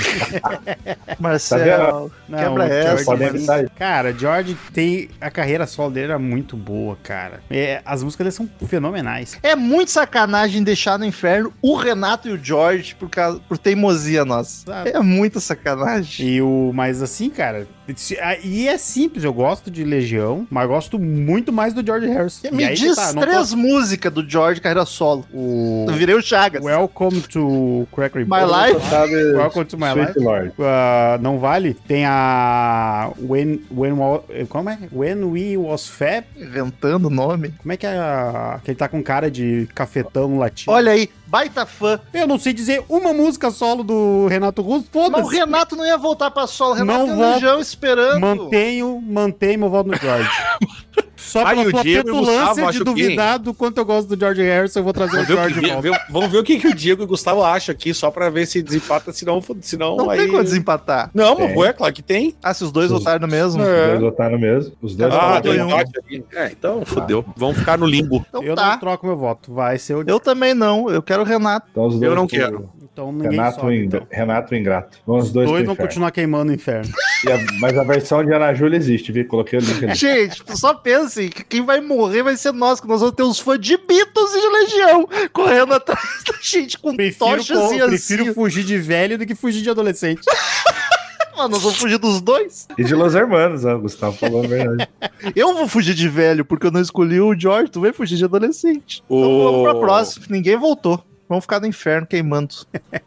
Marcel, Não, quebra o essa. George, podem mas- evitar isso. Cara, George tem. A carreira solo dele era muito boa, cara. É, as músicas dele são fenomenais. É muito sacanagem deixar no inferno o Renato e o George por, causa, por teimosia nossa. Sabe? É muita sacanagem. E o. Mas assim, cara, E é simples, eu gosto de Legião, mas gosto muito mais do George Harrison. Me E aí diz tá, não três posso- músicas do George carreira solo. O... Eu virei o Chagas. Welcome to Crack My Report. Life. Sabe, Welcome to My Sweet Life. Lord. Ah, não vale? Tem a When When Wa- como é? When We Was Fab. Inventando o nome. Como é que é a... que ele tá com cara de cafetão latino? Olha aí, baita fã. Eu não sei dizer uma música solo do Renato Russo. Mas o Foda-se. Renato não ia voltar pra solo. O Renato Não tem volta. Legião esperando. Mantenho, mantenho meu voto no George. Só Aí pela o tua Diego e o Gustavo petulância de acham que- duvidar do quanto eu gosto do George Harrison, eu vou trazer o Vamos ver, o George que, de volta. ver- vamos ver o que, que o Diego e o Gustavo acham aqui, só pra ver se desempata, senão, senão Não aí... tem como desempatar. Não, Tem. mas é claro que tem. Ah, se os dois Os- votaram no mesmo? Os É. dois votaram mesmo. Os dois Ah, falaram tem que um. não. empate aqui. É, então fodeu. Vamos ficar no limbo. Então Eu tá. não troco meu voto, vai ser o Eu também não. Eu quero o Renato. Então, os dois Eu não foram- quero. Então ninguém Renato, sobe, in- então. Renato Ingrato. Vamos os dois, Dois pro vão inferno. continuar queimando o inferno. E a- mas a versão de Ana Júlia existe, viu? Coloquei o link ali. Gente, só pensem que quem vai morrer vai ser nós, que nós vamos ter os fãs de Beatles e de Legião correndo atrás da gente com Prefiro, tochas co- e prefiro assim. fugir de velho do que fugir de adolescente. Mano, nós vamos fugir dos dois. E de Los Hermanos, ó, o Gustavo falou a verdade. Eu vou fugir de velho, porque eu não escolhi o George. Tu vai fugir de adolescente. Então O- vamos pra próxima. Ninguém voltou. Vamos ficar no inferno queimando.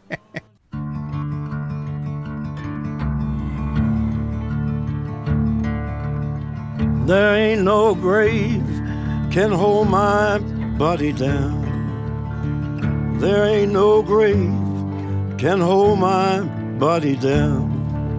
There ain't no grave can hold my body down. There ain't no grave can hold my body down.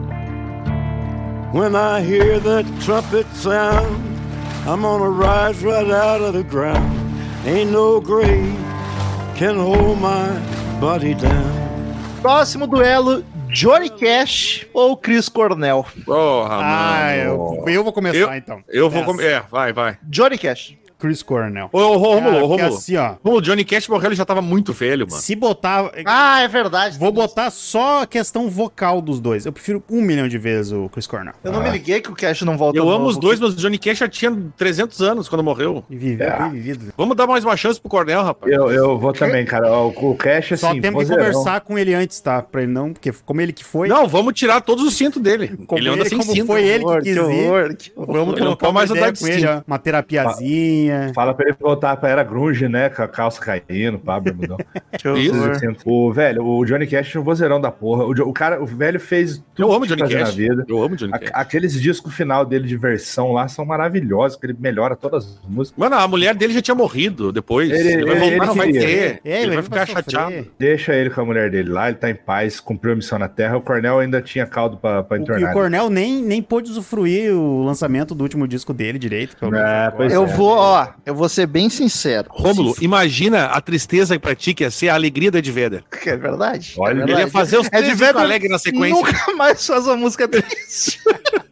When I hear that trumpet sound, I'm gonna rise right out of the ground. Ain't no grave can hold my body down. Próximo duelo, Johnny Cash ou Chris Cornell? Porra, Ah, mano. eu, eu vou começar Eu- então. Eu vou Essa. comer. É, vai, vai. Johnny Cash. Chris Cornell. Ô, ô, Rômulo, Cara, ô, porque Rômulo. assim, ó. Rômulo, Johnny Cash morreu, ele já tava muito velho, mano. Se botar. Ah, é verdade. Vou botar só a questão vocal dos dois. Eu prefiro um milhão de vezes o Chris Cornell. Eu não me liguei que o Cash não volta Eu de amo novo. os dois, mas o Johnny Cash já tinha trezentos anos quando morreu. E viveu, É. bem vivido. Vamos dar mais uma chance pro Cornell, rapaz. Eu, eu vou também, cara. O, o Cash, assim, Só temos que vozeirão. conversar com ele antes, tá? Pra ele não. Porque como ele que foi. Não, vamos tirar todos os cintos dele. como ele anda sem como cinto. foi ele que Horror, quis que ir. horror, que horror. Vamos Ele não trocar pode mais uma andar ideia de com ele, cinto. ó. Uma terapiazinha. Fala pra ele voltar pra era grunge, né? Com a calça caindo, pá, bermudão. Que Isso. horror. O velho, o Johnny Cash é um vozeirão da porra. O, Jo- o cara, o velho fez Eu amo que Johnny fazer Cash. na vida. Eu amo Johnny A- Cash. aqueles discos final dele de versão lá são maravilhosos, que ele melhora todas as músicas. Mano, a mulher dele já tinha morrido depois. Ele- Ele, vai ele- voltar, ele não vai queria. ter. É, ele vai vai ficar sofrer. chateado. Deixa ele com a mulher dele lá, ele tá em paz, cumpriu a missão na Terra. O Cornell ainda tinha caldo pra, pra O, e entornar. o Cornell nem, nem pôde usufruir o lançamento do último disco dele direito. pelo menos É, agora. pois Eu é. vou, ó, eu vou ser bem sincero. Rômulo, imagina a tristeza pra ti que ia ser a alegria da Ed Vedder. Que é verdade. Olha, é Ele verdade. ia fazer os É três de discos Vedder alegres na sequência. Nunca mais faz uma música triste.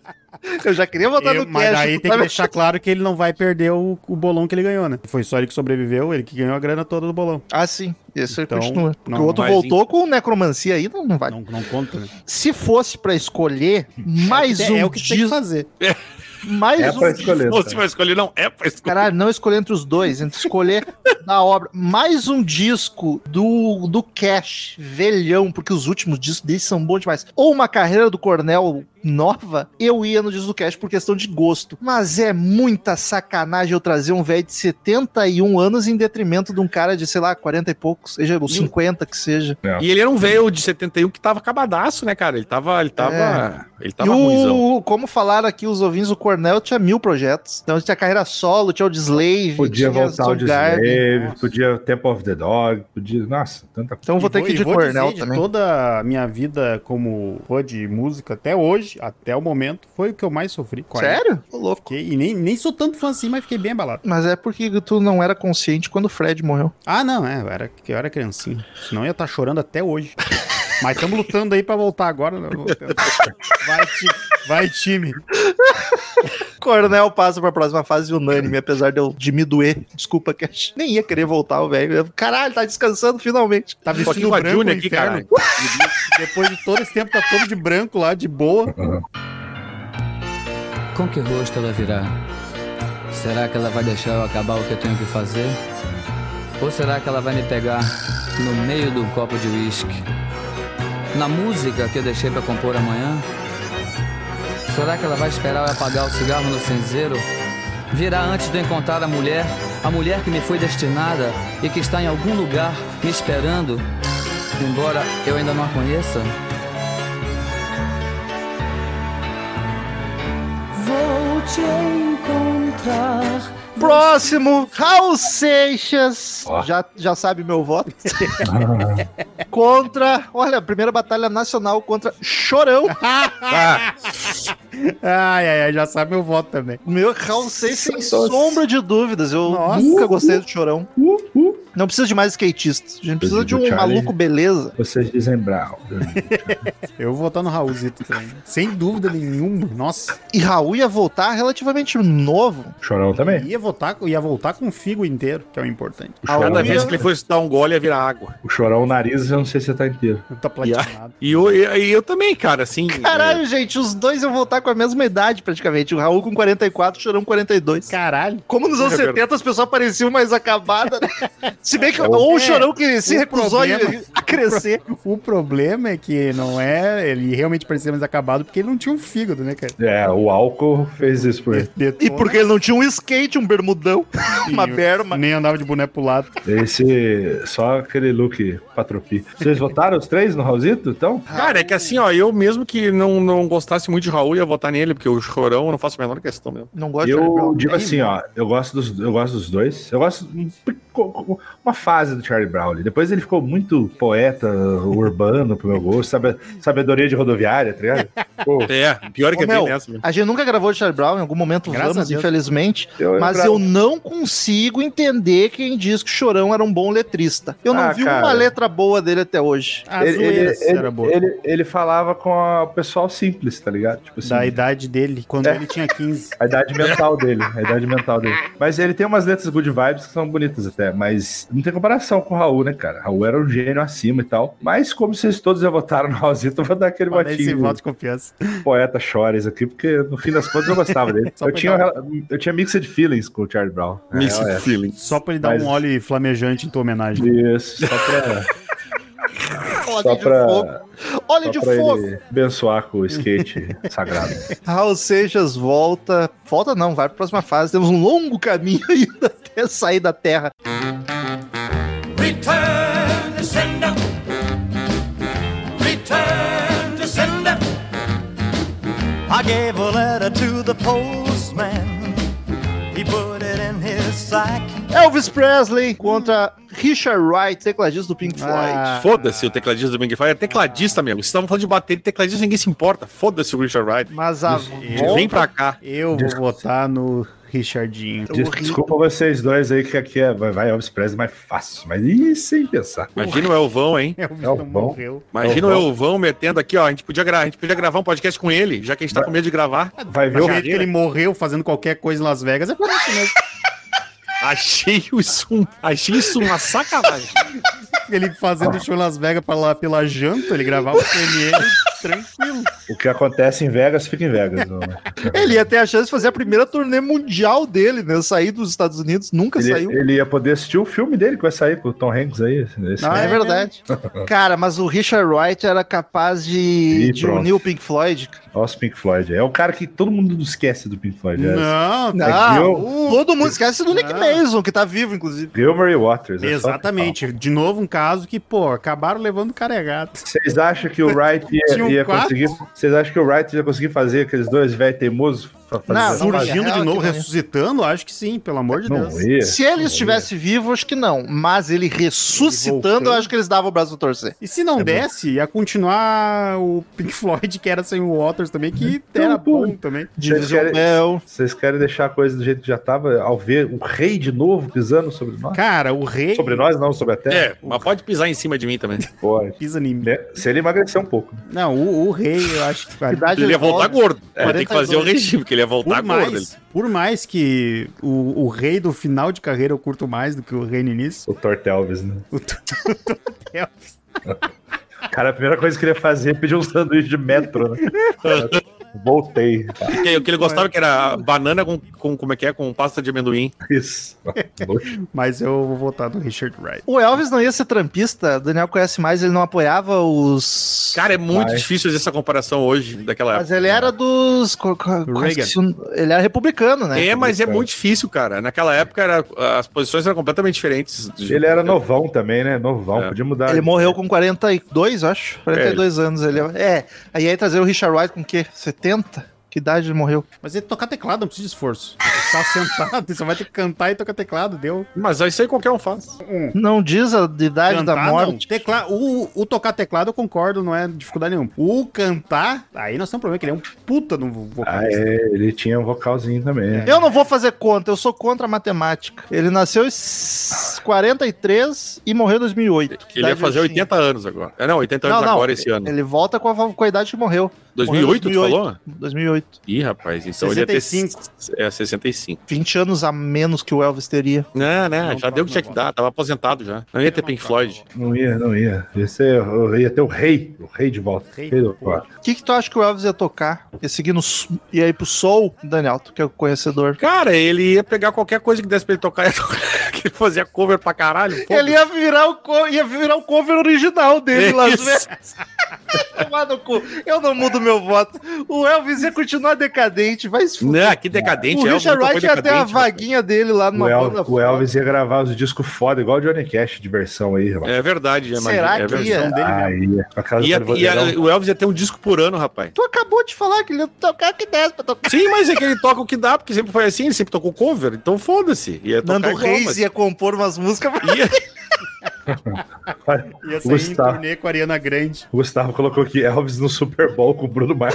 Eu já queria votar Eu- no mas Cash. aí tu tem tá que me- deixar claro que ele não vai perder o, o bolão que ele ganhou, né? Foi só ele que sobreviveu, ele que ganhou a grana toda do bolão. Ah, sim. Esse Então, continua. Porque não o outro vai voltou com necromancia aí, não, não vai. Não, não conta, né? Se fosse pra escolher mais é, um é o que tem que disco, fazer. mais É um pra escolher. Não, tá? se vai escolher, não. É pra escolher. Caralho, não escolher entre os dois, entre escolher da obra. Mais um disco do, do Cash, velhão, porque os últimos discos dele são bons demais. Ou uma carreira do Cornell nova, eu ia no disco do Cash por questão de gosto. Mas é muita sacanagem eu trazer um velho de setenta e um anos em detrimento de um cara de, sei lá, quarenta e poucos, seja, ou cinquenta que seja. E ele era um velho de setenta e um que tava acabadaço, né, cara? Ele tava. Ele tava. Ele E tava ruimzão. o, como falaram aqui os ouvintes, o Cornell tinha mil projetos. Então tinha carreira solo, tinha o de Slave, Podia tinha voltar o de Soundgarden. Slave, podia Temple of the Dog, podia. Nossa, tanta coisa. Então eu vou E ter que ir e de vou Cornell dizer, também. De toda a minha vida como fã de música até hoje, até o momento, foi o que eu mais sofri. Cornell. Sério? Ô, louco. Fiquei, e nem, nem sou tanto fã assim, mas fiquei bem abalado. Mas é porque tu não era consciente quando o Fred morreu. Ah, não, é, eu era, eu era criancinha. Senão eu ia estar chorando até hoje. Mas estamos lutando aí pra voltar agora. Né? Vai, time. Vai, time. Cornell passa pra próxima fase unânime, apesar de eu de me doer. Desculpa, Cash. Nem ia querer voltar, o velho. Caralho, tá descansando finalmente. Tá Tô aqui vestindo com a branco Júnior no aqui, inferno. Depois de todo esse tempo, tá todo de branco lá, de boa. Com que rosto ela virá? Será que ela vai deixar eu acabar o que eu tenho que fazer? Ou será que ela vai me pegar no meio do copo de uísque? Na música que eu deixei pra compor amanhã? Será que ela vai esperar eu apagar o cigarro no cinzeiro? Virá antes de eu encontrar a mulher, a mulher que me foi destinada e que está em algum lugar me esperando, embora eu ainda não a conheça? Vou te encontrar. Próximo, Raul Seixas. Ó. Já, já sabe meu voto. Contra, olha, a primeira batalha nacional contra Chorão. Ah, Ai, ai, ai, já sabe meu voto também. Meu Raul Seixas, sem Nossa. sombra de dúvidas. Eu Nossa. nunca gostei do Chorão. Não precisa de mais skatistas. A gente precisa de um Charlie. maluco beleza. Vocês dizem Brown. Eu vou votar no Raulzito também. Sem dúvida nenhuma. Nossa. E Raul ia voltar relativamente novo. Chorão também. Ia voltar, ia voltar com o figo inteiro, que é o importante. Chorão cada ia- vez que ele fosse dar um gole ia virar água. O Chorão, o nariz, eu não sei se tá inteiro. Tá platinado. E eu, e eu, e eu também, cara, assim. Caralho, gente, os dois iam voltar com a mesma idade praticamente. O Raul com quarenta e quatro, o Chorão com quarenta e dois. Caralho. Como nos anos É setenta as pessoas pareciam mais acabadas, né? Se bem que É, ou o é, Chorão que se o recusou a- problema- a crescer. O problema é que não é. Ele realmente parecia mais acabado porque ele não tinha um fígado, né, cara? É, o álcool fez isso por ele. E porque ele não tinha um skate, um bermudão, uma berma. Nem andava de boné pro lado. Esse, só aquele look patropi. Vocês votaram os três no Raulzito, então? Cara, é que assim, ó, eu mesmo que não, não gostasse muito de Raul, ia votar nele, porque o Chorão eu não faço a menor questão mesmo. Não gosto de Charlie Eu Brown. digo É assim, ó, eu gosto dos, eu gosto dos dois. Eu gosto de um- uma fase do Charlie Brown. ali. Depois ele ficou muito poeta urbano pro meu gosto, sabe, sabedoria de rodoviária, tá ligado? Pô, É, pior que Ô, é bem meu, nessa, mesmo. a gente nunca gravou de Charlie Brown, em algum momento Graças vamos, a Deus. infelizmente, eu mas lembrava- eu não consigo entender quem diz que o Chorão era um bom letrista. Eu não Ah, vi cara. uma letra boa dele até hoje. A ele, ele, zoeira ele, era boa. ele- ele falava com a- o pessoal simples, tá ligado? Tipo assim, Da idade dele, quando É. ele tinha quinze. a idade mental dele, a idade mental dele. Mas ele tem umas letras good vibes que são bonitas até, mas não tem comparação com o Raul, né, cara? Raul era um gênio acima e tal. Mas como vocês todos já votaram no Raulzito, eu vou dar aquele Pra dar esse botinho voto de confiança. poeta Chores aqui, porque no fim das contas eu gostava dele. Só Eu pra tinha, dar eu tinha mixed feelings com o Charlie Brown. Mixed É, é. feelings. Só pra ele dar Mas- um óleo flamejante em tua homenagem. Isso, só pra, Óleo só de pra, fogo. Óleo só de pra fogo. ele abençoar com o skate sagrado. Raul Seixas volta. Volta não, vai pra próxima fase. Temos um longo caminho ainda até sair da Terra. Return to sender. Return to sender. I gave a letter to the postman. He put it in his sack. Elvis Presley contra Richard Wright, tecladista do Pink Floyd. Ah, Foda-se o tecladista do Pink Floyd. É tecladista mesmo. Vocês estavam falando de bater tecladista, ninguém se importa. Foda-se o Richard Wright. Mas a Eu- Vem pra cá. eu vou votar no Richardinho. Des- Desculpa vocês dois aí, que aqui é, vai, vai Elvis Presley mais fácil, mas ih, sem pensar. Imagina o Elvão, hein? Elvis É o não bom. morreu. Imagina o Elvão. Elvão metendo aqui, ó. A gente podia, gra... a gente podia gravar um podcast com ele, já que a gente tá com medo de gravar. Vai ver O o jeito que ele morreu fazendo qualquer coisa em Las Vegas é por isso mesmo. Achei isso, um... Achei isso uma sacanagem. Ele fazendo show em Las Vegas pra lá, pela janta, ele gravava o C M L tranquilo. O que acontece em Vegas, fica em Vegas. não- Ele ia ter a chance de fazer a primeira turnê mundial dele, né? Sair dos Estados Unidos, nunca Ele, saiu. ele ia poder assistir o filme dele que vai sair com o Tom Hanks aí. Esse Ah, é ano. verdade. Cara, mas o Richard Wright era capaz de, Ih, de pronto. unir o Pink Floyd. Nossa, Pink Floyd. É o cara que todo mundo esquece do Pink Floyd. É. Não, Não, que eu- todo mundo esquece do Nick Não. Mason, que tá vivo, inclusive. Gilmore Waters. é só- exatamente. De novo, um caso que, pô, acabaram levando o carregado. Vocês acham que o Wright ia, Tinham ia quatro? conseguir? Vocês acham que o Wright ia conseguir fazer aqueles dois velhos teimosos? fa- fazer- Não, não Surgindo vai. de novo, Aquilo ali. ressuscitando, acho que sim, pelo amor de Não Deus. ia. Se ele estivesse vivo, acho que não. Mas ele ressuscitando, voltando. eu acho que eles davam o braço a torcer. E se não desse, ia continuar o Pink Floyd, que era sem o Waters também, que era pô. bom também. Vocês Division querem, Bell. vocês querem deixar a coisa do jeito que já tava, ao ver o rei de novo pisando sobre nós? Cara, o rei Sobre nós, não, sobre a terra? É, mas pode pisar em cima de mim também. Pode. pisa em mim. Né? Se ele emagrecer um pouco. Não, o, o rei, eu acho que... Idade Ele ia voltar volta. gordo. É, tem que fazer o regime, porque ele ia voltar Por gordo. Ele. mais, por mais que o, o rei do final de carreira eu curto mais do que o rei no início. O Tortelvis, né? O Tortelvis. Cara, a primeira coisa que ele ia fazer é pedir um sanduíche de metro, né? Voltei. O que ele gostava que era banana com, com, como é que é? Com pasta de amendoim. Isso. Mas eu vou votar no Richard Wright. O Elvis não ia ser trampista, o Daniel conhece mais, ele não apoiava os... Cara, é muito Vai. difícil fazer essa comparação hoje, daquela época. Mas ele era dos... co- co- Reagan. esqueci o- Ele era republicano, né? É, mas é muito difícil, cara. Naquela época era, as posições eram completamente diferentes. Ele era novão também, né? Novão, É. podia mudar. Ele morreu com quarenta e dois, acho. quarenta e dois anos. Ele é. Aí aí trazer o Richard Wright com o quê? setenta? Que idade ele morreu? Mas ele tocar teclado não precisa de esforço. Tá sentado, você só vai ter que cantar e tocar teclado, deu. Mas isso aí qualquer um faz. Não diz a idade da Cantar, morte. não. Tecla... O, o tocar teclado eu concordo, não é dificuldade nenhuma. O cantar, aí nós temos um problema, que ele é um puta no Ah, vocalista. é, ele tinha um vocalzinho também. né? Eu não vou fazer conta, eu sou contra a matemática. Ele nasceu em quarenta e três e morreu em dois mil e oito. Ele ia idade fazer eu tinha? oitenta anos agora. É, não, oitenta anos Não, não, agora esse ano. Ele volta com a, com a idade que morreu. dois mil e oito, Morreu em tu falou? dois mil e oito. Ih, rapaz, então sessenta e cinco. ele ia ter... É, sessenta e cinco. vinte anos a menos que o Elvis teria. Não, né, Não, já não, deu o que tinha não, que dar, tava aposentado já. Não ia ter Pink Floyd. Não ia, não ia. Ia, ser, ia ter o rei, o rei de volta. Rei, Rei do pô. rock. O que, que tu acha que o Elvis ia tocar? Ia seguir no... s- Ia ir pro soul, Daniel, tu que é o conhecedor. Cara, ele ia pegar qualquer coisa que desse pra ele tocar, ia tocar. Que ele fazia cover pra caralho. pô. Ele ia virar o, co- ia virar o cover original dele, Las Isso. Vegas. Tomar no cu. Eu não mudo meu voto. O Elvis ia continuar decadente, vai se fuder. Não, que decadente. O Elvis Richard nunca Wright foi ia ter a decadente, rapaz. vaguinha dele lá numa O, El- banda o Elvis ia gravar os discos foda, igual o Johnny Cash de versão aí, rapaz. É verdade, é Será é que verdade. ia? Ah, ia. Com aquela Ia- do ia- Vozeirão. o Elvis ia ter um disco por ano, rapaz. Tu acabou de falar que ele ia tocar que desse pra tocar. Sim, mas é que ele toca o que dá, porque sempre foi assim, ele sempre tocou cover, então foda-se. Ia tocar Nando igual, Reis mas- ia compor umas músicas. ia- Ia O sair em Gustavo, turnê com a Ariana Grande. o Gustavo colocou aqui Elvis no Super Bowl com o Bruno Mars.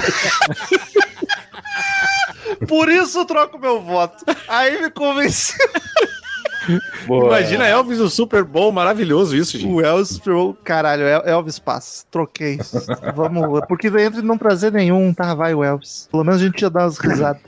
Por isso eu troco meu voto. Aí me convenceu. Boa. Imagina Elvis no Super Bowl, maravilhoso isso, gente. O Elvis, o- caralho, El- Elvis passa. Troquei. Vamos, porque entre não prazer nenhum, tá? Vai o Elvis. Pelo menos a gente ia dar umas risadas.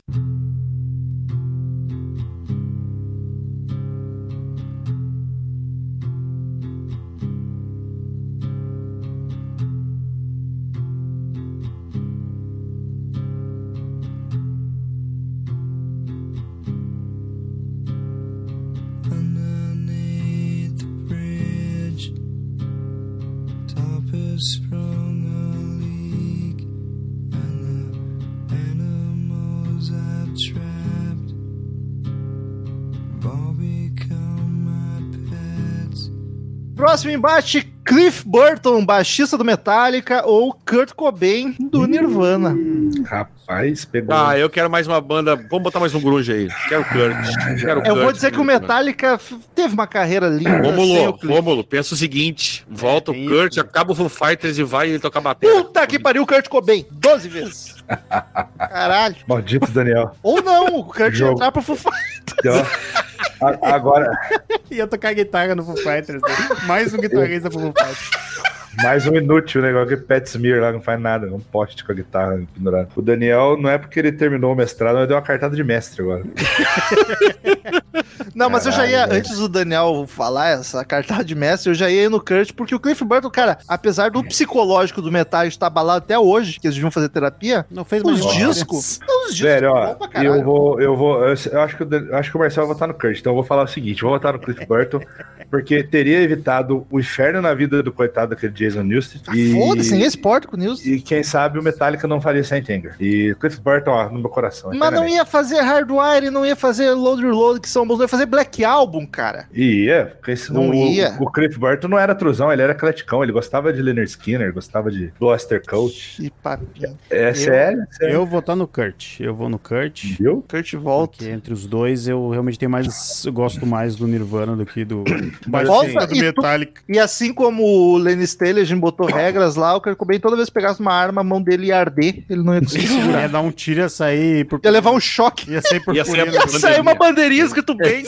Underneath the bridge, top has sprung a leak, and the animals I've trapped have all become my pets. Próximo embate: Cliff Burton, baixista do Metallica, ou Kurt Cobain, do Nirvana. Rapaz, pegou. Ah, eu quero mais uma banda. Vamos botar mais um grunge aí. Quero Kurt. Quero Eu Kurt, vou dizer que o Metallica f- teve uma carreira linda. sem o Rômulo, Cliff. Rômulo, pensa o seguinte: volta tem o Kurt, isso. acaba o Foo Fighters e vai ele tocar bateria. Puta que pariu, Kurt Cobain. doze vezes. Caralho. Maldito Daniel. Ou não, o Kurt ia Jogo. entrar pro Foo Fighters. Então, a- agora, Ia tocar guitarra no Foo Fighters. Né? Mais um guitarrista pro Foo Fighters. mais um inútil, né? Igual que Pat Smear lá, não faz nada, um poste com a guitarra pendurada. O Daniel, não é porque ele terminou o mestrado, mas deu uma cartada de mestre agora. Não, mas eu já ia, Caralho, velho. antes do Daniel falar essa cartada de mestre, eu já ia ir no Kurt, porque o Cliff Burton, cara, apesar do psicológico do metal estar abalado até hoje, que eles deviam fazer terapia, Não fez mais os nenhuma discos, os discos Velho, são ó, bons pra caralho. eu vou, eu vou, eu, eu acho que o, Dan- eu acho que o Marcelo vai votar no Kurt, então eu vou falar o seguinte, eu vou votar no Cliff Burton, porque teria evitado o inferno na vida do coitado daquele Jason Newsted. Ah, foda-se, ninguém se importa com o News. E quem sabe o Metallica não faria Saint Anger. E Cliff Burton, ó, no meu coração. Mas não eternamente. ia fazer Hardwire, não ia fazer Load Reload, que são bons, não ia fazer Black Album, cara. Ia, porque esse- Não o, ia. O Cliff Burton não era truzão, ele era ecleticão, ele gostava de Leonard Skinner, gostava de Buster Coach. Que papinho. É sério? sério. Eu vou votar no Kurt. Eu vou no Kurt. Viu? Kurt volta. Porque entre os dois eu realmente tenho mais. Eu gosto mais do Nirvana do que do. Mas, Volta assim, do e tu- Metallica. E assim como o Lenny Staley botou regras lá, o Kurt Cobain, toda vez que pegasse uma arma, a mão dele ia arder, ele não ia conseguir segurar. Ia dar um tiro e ia sair por. Ia levar um choque. Ia sair por Ia ser a- Ia sair uma bandeirinha escrito bem.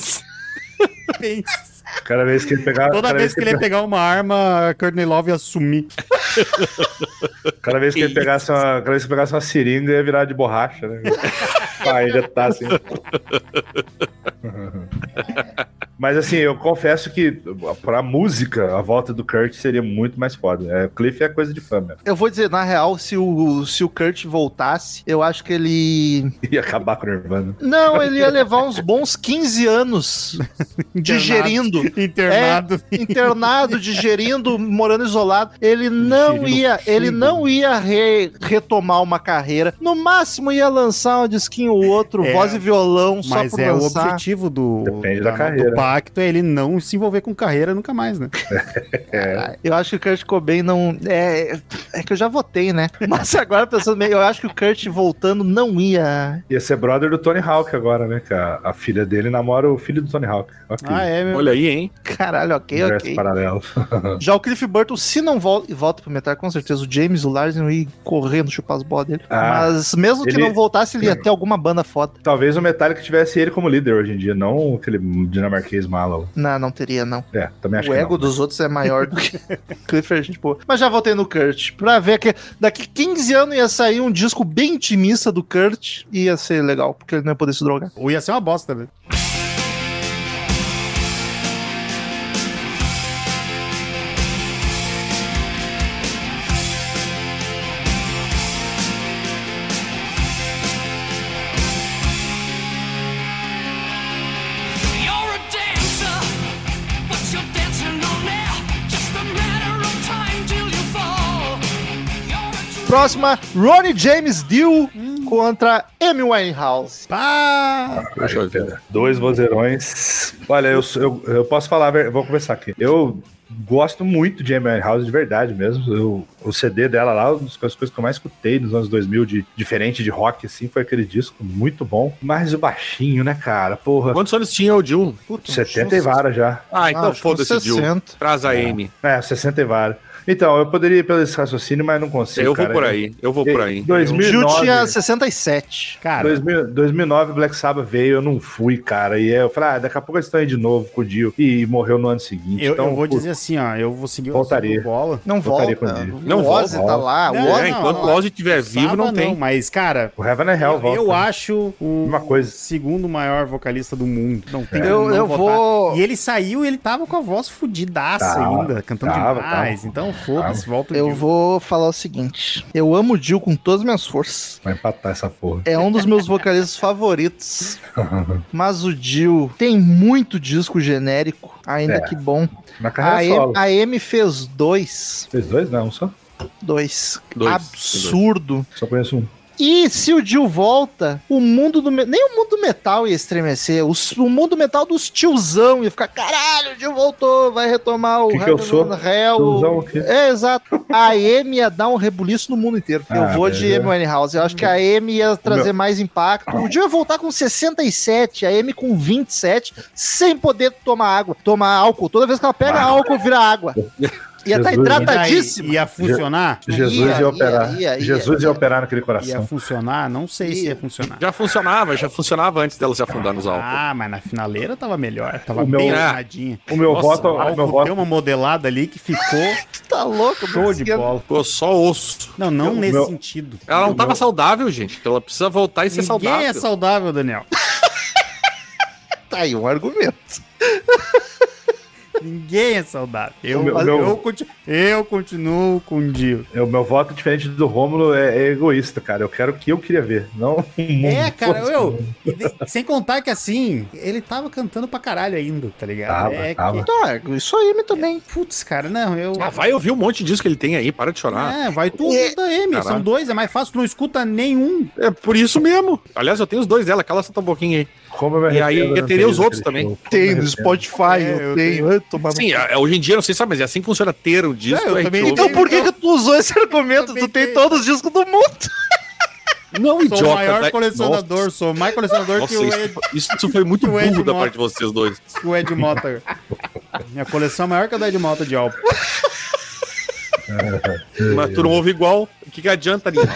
Cada vez que ele pegava. Toda cada vez que ele ia pegar uma arma, a Courtney Love ia sumir. Cada vez que ele pegasse uma, cada vez que pegasse uma seringa, ia virar de borracha, né? Pá, ainda tá assim. Mas assim, eu confesso que pra música, a volta do Kurt seria muito mais foda. É, Cliff é coisa de fã mesmo. Eu vou dizer, na real, se o, se o Kurt voltasse, eu acho que ele... Ia acabar com o Nirvana. Não, ele ia levar uns bons quinze anos digerindo. Internado. É, internado, digerindo, morando isolado. Ele não Digerindo ia, fundo. ele não ia re- retomar uma carreira. No máximo ia lançar um disquinho ou outro, É, voz e violão, só Mas por é lançar. o objetivo do, Depende da carreira. do pacto, é ele não se envolver com carreira nunca mais, né? Ah, Eu acho que o Kurt Cobain não... É, é que eu já votei, né? Mas agora pensando bem, eu acho que o Kurt voltando não ia... Ia ser brother do Tony Hawk agora, né? Que a, a filha dele namora o filho do Tony Hawk. Ok. Ah, é, meu. Olha aí, hein? Caralho, ok, Universo ok. paralelo. Já o Cliff Burton, se não volta, volta pro Metal, com certeza o James, o Lars iam ir correndo chupar as bolas dele. Ah, Mas mesmo que ele- não voltasse, ele ia ter alguma banda foda. Talvez o Metallica tivesse ele como líder hoje em dia, não aquele dinamarquês mala. lá. Não, não teria, não. É, também acho O que ego não. dos outros é maior do que Cliff é gente boa. Mas já voltei no Kurt. Pra ver que daqui quinze anos ia sair um disco bem intimista do Kurt e ia ser legal, porque ele não ia poder se drogar. Ou ia ser uma bosta, né? You're a dancer, but you're dancing on air. Just a matter of time till you fall. You're a true Próxima, Ronnie James Dio contra Amy Winehouse. Pá! Deixa eu ver. Dois vozeirões. Olha, eu, eu, eu posso falar, ver- vou começar aqui. Eu gosto muito de Amy Winehouse, de verdade mesmo. Eu, o C D dela lá, uma das coisas que eu mais escutei nos anos dois mil, de, diferente de rock, assim, foi aquele disco muito bom. Mas o baixinho, né, cara? Porra, Quantos anos tinha o Jill? setenta e vara já. Ah, então Ah, acho que foda-se, Jill. sessenta. Traz a Amy. É, sessenta e vara. Então, eu poderia ir pelo esse raciocínio, mas não consigo, Eu vou cara. por aí, eu vou por aí. O dois mil e Gil nove, tinha sessenta e sete. Cara, dois mil, dois mil e nove, Black Sabbath veio, eu não fui, cara. E eu falei, ah, daqui a pouco eles estão aí de novo com o Dio. E morreu no ano seguinte. eu, então, eu vou pô, dizer assim, ó, eu vou seguir Voltaria. o bola. Não Voltaria volta. com ele. Não o Ozzy volta. tá lá. Não, o Ozzy É, não, enquanto o Ozzy estiver vivo, Saba não tem. Mas, cara, o Heaven and Hell eu, volta. eu acho o Uma coisa. segundo maior vocalista do mundo. Não tem Eu- como não eu votar. vou- E ele saiu e ele tava com a voz fudidaça Tava, ainda, cantando tava, demais. tava. Então, foda-se, volta o Eu Dio. vou falar o seguinte. Eu amo o Dio com todas as minhas forças. Vai empatar essa porra. É um dos meus vocalistas favoritos. Mas o Dio tem muito disco genérico. Ainda É. que bom. Na A carreira Amy, solo. a Amy fez dois. Fez dois? Não, só. Dois. Dois. Absurdo. Só conheço um. E se o Dio volta, o mundo do me- nem o mundo do metal ia estremecer. O, s- o mundo metal dos tiozão ia ficar, caralho, o Dio voltou, vai retomar o Que que eu Heaven sou? and Hell. Tiozão o quê? É, exato. A Amy ia dar um rebuliço no mundo inteiro. Eu Ah, vou de mas é. Amy Winehouse. Eu acho que a Amy ia trazer meu- mais impacto. O Dio ia voltar com sessenta e sete, a Amy com vinte e sete, sem poder tomar água, tomar álcool. Toda vez que ela pega álcool, vira água. Ia estar Jesus. hidratadíssima. E daí, ia funcionar? Jesus Ia, ia, operar. ia, ia, Jesus ia, ia. operar naquele Ia coração. funcionar? Não sei se Ia. ia funcionar. Já funcionava, já funcionava antes dela se afundar nos álcool. Ah, mas na finaleira tava melhor. Tava O meu- bem Ah. arrumadinha. O meu Nossa, voto, O o meu álcool voto, deu uma modelada ali que ficou Tá louco, show de Bruno. bola. Ficou só osso. Não, não O nesse meu- sentido. Ela não O tava meu- saudável, gente. Então ela precisa voltar e ser Ninguém saudável. é saudável, Daniel. Tá aí um argumento. Ninguém é saudável. Eu, O meu- eu, meu- conti- eu continuo com o Dio. o meu voto, diferente do Rômulo, é, é egoísta, cara. Eu quero o que eu queria ver, não o mundo. É, cara, Foda-se. eu. e de- Sem contar que assim, ele tava cantando pra caralho ainda, tá ligado? Tava, é tava. que. Tá, isso aí me também. Putz, cara, não, eu. Ah, vai ouvir um monte de disco que ele tem aí, para de chorar. É, vai tudo da Amy. São Caralho. dois, é mais fácil, tu não escuta nenhum. É por isso mesmo. Aliás, eu tenho os dois dela, cala só um pouquinho aí. Como eu me E aí, arrependo de não teria ter os ido outros naquele também. show. Como Tem eu me no arrependo. Spotify, É, eu, eu tenho. Ai, tomar no Sim, é, hoje em dia, não sei se sabe, mas é assim que funciona ter um disco. É, eu é também que Então tenho. por que, que tu usou esse argumento? Também Tu tem tenho. todos os discos do mundo. Não, Sou idiota. o maior né? colecionador, sou mais colecionador Nossa, que, o isso, Ed, isso, isso foi muito que o Ed burro da Mota. parte de vocês dois. que o Ed Mota. Minha coleção é maior que a da Ed Mota de álbum. Mas tu não ouve igual. O que, que adianta ali?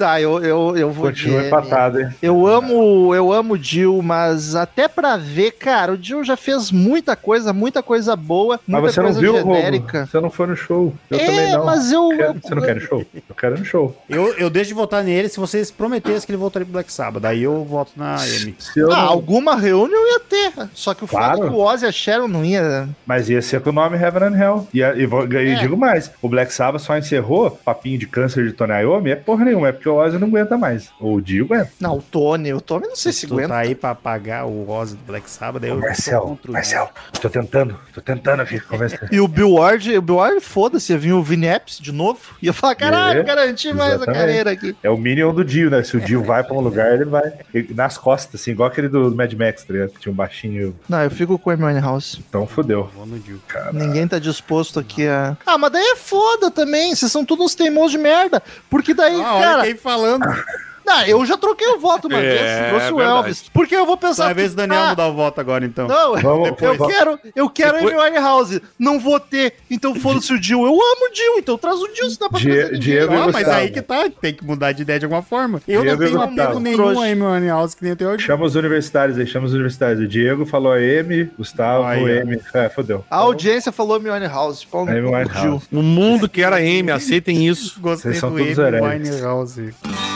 Tá, eu, eu, eu vou Continua de M. empatado, hein? Eu amo, eu amo o Jill, mas até pra ver, cara, o Jill já fez muita coisa, muita coisa boa, muita Mas você não coisa viu, genérica. Robo? Você não foi no show. Eu É, também não. mas eu- Quero- Você não quer no show? Eu quero no show. Eu, eu deixo de votar nele se vocês prometessem que ele voltaria pro Black Sabbath. Daí eu voto na M. Se eu Ah, não- alguma reunião ia ter. Só que o Claro. fato é que o Ozzy e a Sharon não ia. Mas ia ser com o nome Heaven and Hell. E, e, vou- e É. digo mais, o Black Sabbath só encerrou papinho de câncer de Tony Iommi, é porra nenhuma, é porque o Ozzy não aguenta mais. O Dio aguenta. Não, o Tony, o Tony não sei se Tu aguenta. tá aí pra apagar o Ozzy do Black Sabbath, daí eu sou Marcel, contra o Marcel, tô tentando, tô tentando aqui convencer. E o Bill Ward, o Bill Ward, foda-se, ia vir o Vini Apps de novo. Ia falar, caralho, É, garanti mais a exatamente. carreira aqui. É o Minion do Dio, né? Se o Dio vai pra um lugar, ele vai ele- nas costas, assim, igual aquele do Mad Max, tá ligado? Que tinha um baixinho. Não, eu fico com o Amy House. Então fodeu. Vou no Dio. Ninguém tá disposto aqui a. Ah, mas daí é foda também. Vocês são todos uns teimosos de merda. Porque daí, Ah, olha cara. quem falando. Não, eu já troquei o voto uma É, vez. Trouxe o verdade. Elvis. Porque eu vou pensar. Talvez o Daniel ah, mudar o voto agora, então. Não, Vamos- eu vamos- quero, eu quero Depois- Amy Winehouse. Não vou ter. Então foda-se o Jill. Eu amo o Jill, então traz o Jill, se dá pra Die- trazer ninguém. Diego- Ah, eu mas gostava. aí que tá, tem que mudar de ideia de alguma forma. Eu Diego não tenho eu apego gostava. nenhum Trouxa. a Amy Winehouse que nem até hoje. Chama os universitários aí, chama os universitários. O Diego falou a M, Gustavo, Aí, ó. M. É, fodeu. A audiência falou Amy Winehouse. Pau no Amy cu do Winehouse. Jill. O mundo que era M, aceitem isso. Gostei Vocês são do todos Amy hereges. Winehouse.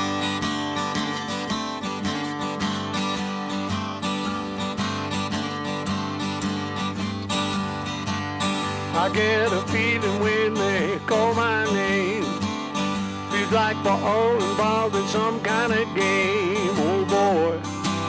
I get a feeling when they call my name. Feels like we're all involved in some kind of game. Oh boy,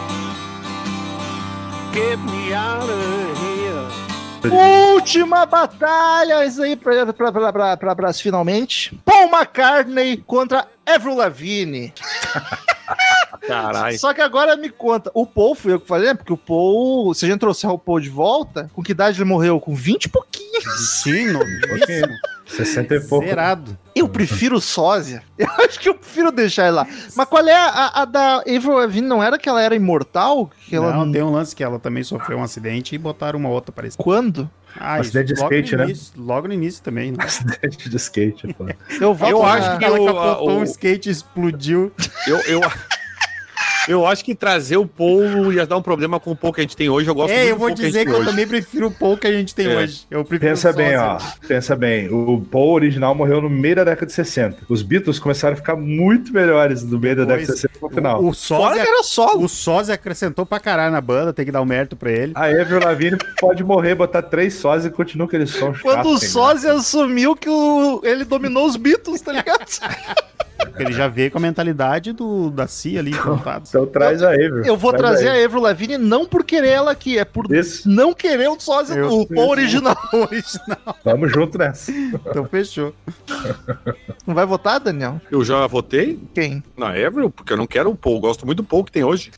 get me out of here. Última batalha, isso aí pra, pra, pra, pra, pra, pra finalmente. Paul McCartney contra Avril Lavigne. Caralho. Só que agora me conta, o Paul, fui eu que falei, né? Porque o Paul, se a gente trouxer o Paul de volta, com que idade ele morreu? Com vinte e pouquinhos. Sim, novíssimo. sessenta e pouco. Zerado. Eu prefiro o Sósia. Eu acho que eu prefiro deixar ele lá. Mas qual é a, a, a da Avril Lavigne? Não era que ela era imortal? Que ela Não, tem um lance que ela também sofreu um acidente e botaram uma outra parecida. Quando? Ah, Acidente de logo skate, no né? início, logo no início também. Né? Acidente de skate, pô. Eu, voto Eu na- acho que Ela o- capotou o- um skate e explodiu. Eu, eu, eu acho que trazer o Paul ia dar um problema com o Paul que a gente tem hoje. Eu gosto É, muito eu do vou Paul a gente dizer que tem eu hoje. também prefiro o Paul que a gente tem É. hoje. Eu prefiro Pensa o bem, ó. Sósia. Pensa bem. O Paul original morreu no meio da década de sessenta. Os Beatles começaram a ficar muito melhores do meio da década de Pois, sessenta pro final. O Fora Sósia, que era solo. o Sósia acrescentou pra caralho na banda, tem que dar um mérito pra ele. A Avril Lavigne pode morrer, botar três sós e continua aquele som chato. Quando o sem Sósia assumiu que o- ele dominou os Beatles, tá ligado? Ele já veio com a mentalidade do, da C I A ali implantada. Então traz a Avril. Eu vou Traz trazer a a Avril Lavigne não por querer ela aqui, é por Isso. não querer o Sósia, Eu- o Paul original. Original. Tamo junto nessa. Então fechou. Não vai votar, Daniel? Eu já votei Quem? na Avril, porque eu não quero o Paul. Eu gosto muito do Paul que tem hoje.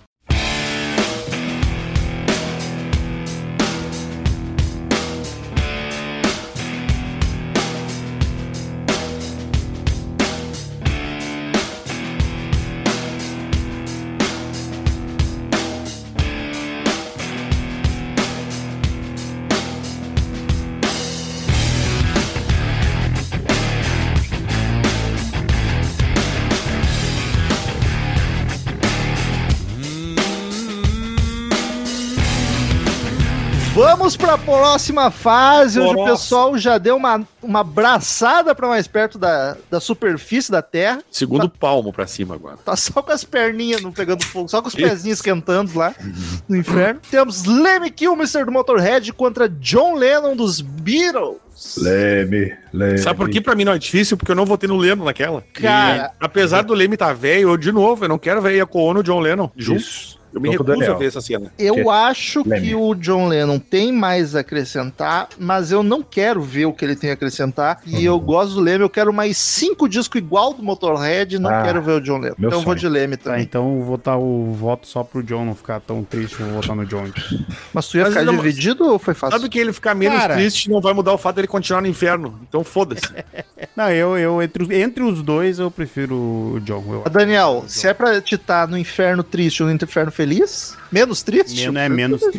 Vamos para a próxima fase, onde o Nossa. pessoal já deu uma, uma braçada para mais perto da, da superfície da Terra. Segundo palmo pra cima agora. Tá só com as perninhas não pegando fogo, só com os pezinhos esquentando lá no inferno. Temos Lemmy Kilmister do Motorhead contra John Lennon dos Beatles. Leme, Leme. Sabe por que pra mim não é difícil? Porque eu não votei no Lennon naquela. Cara- E, apesar do Leme tá velho, eu, de novo, eu não quero ver a Ono e o John Lennon juntos. Isso. Eu me Tô com o recuso Daniel. a ver essa cena. Eu Que- acho Lemmy. que o John Lennon tem mais a acrescentar, mas eu não quero ver o que ele tem a acrescentar. E eu gosto do Lemmy, eu quero mais cinco discos igual do Motorhead, não Ah, quero ver o John Lennon. meu Então eu vou sonho. de Lemmy Tá, também. então eu vou botar o voto só pro John não ficar tão triste, eu vou votar no John. Mas tu ia Mas ficar não- dividido ou foi fácil? Sabe que ele ficar menos Cara. triste não vai mudar o fato dele continuar no inferno. Então foda-se. Não, eu, eu entre, os- entre os dois eu prefiro o John. Eu, Ô, Daniel, se é pra te estar no inferno triste ou no inferno feliz, menos triste? não é menos triste.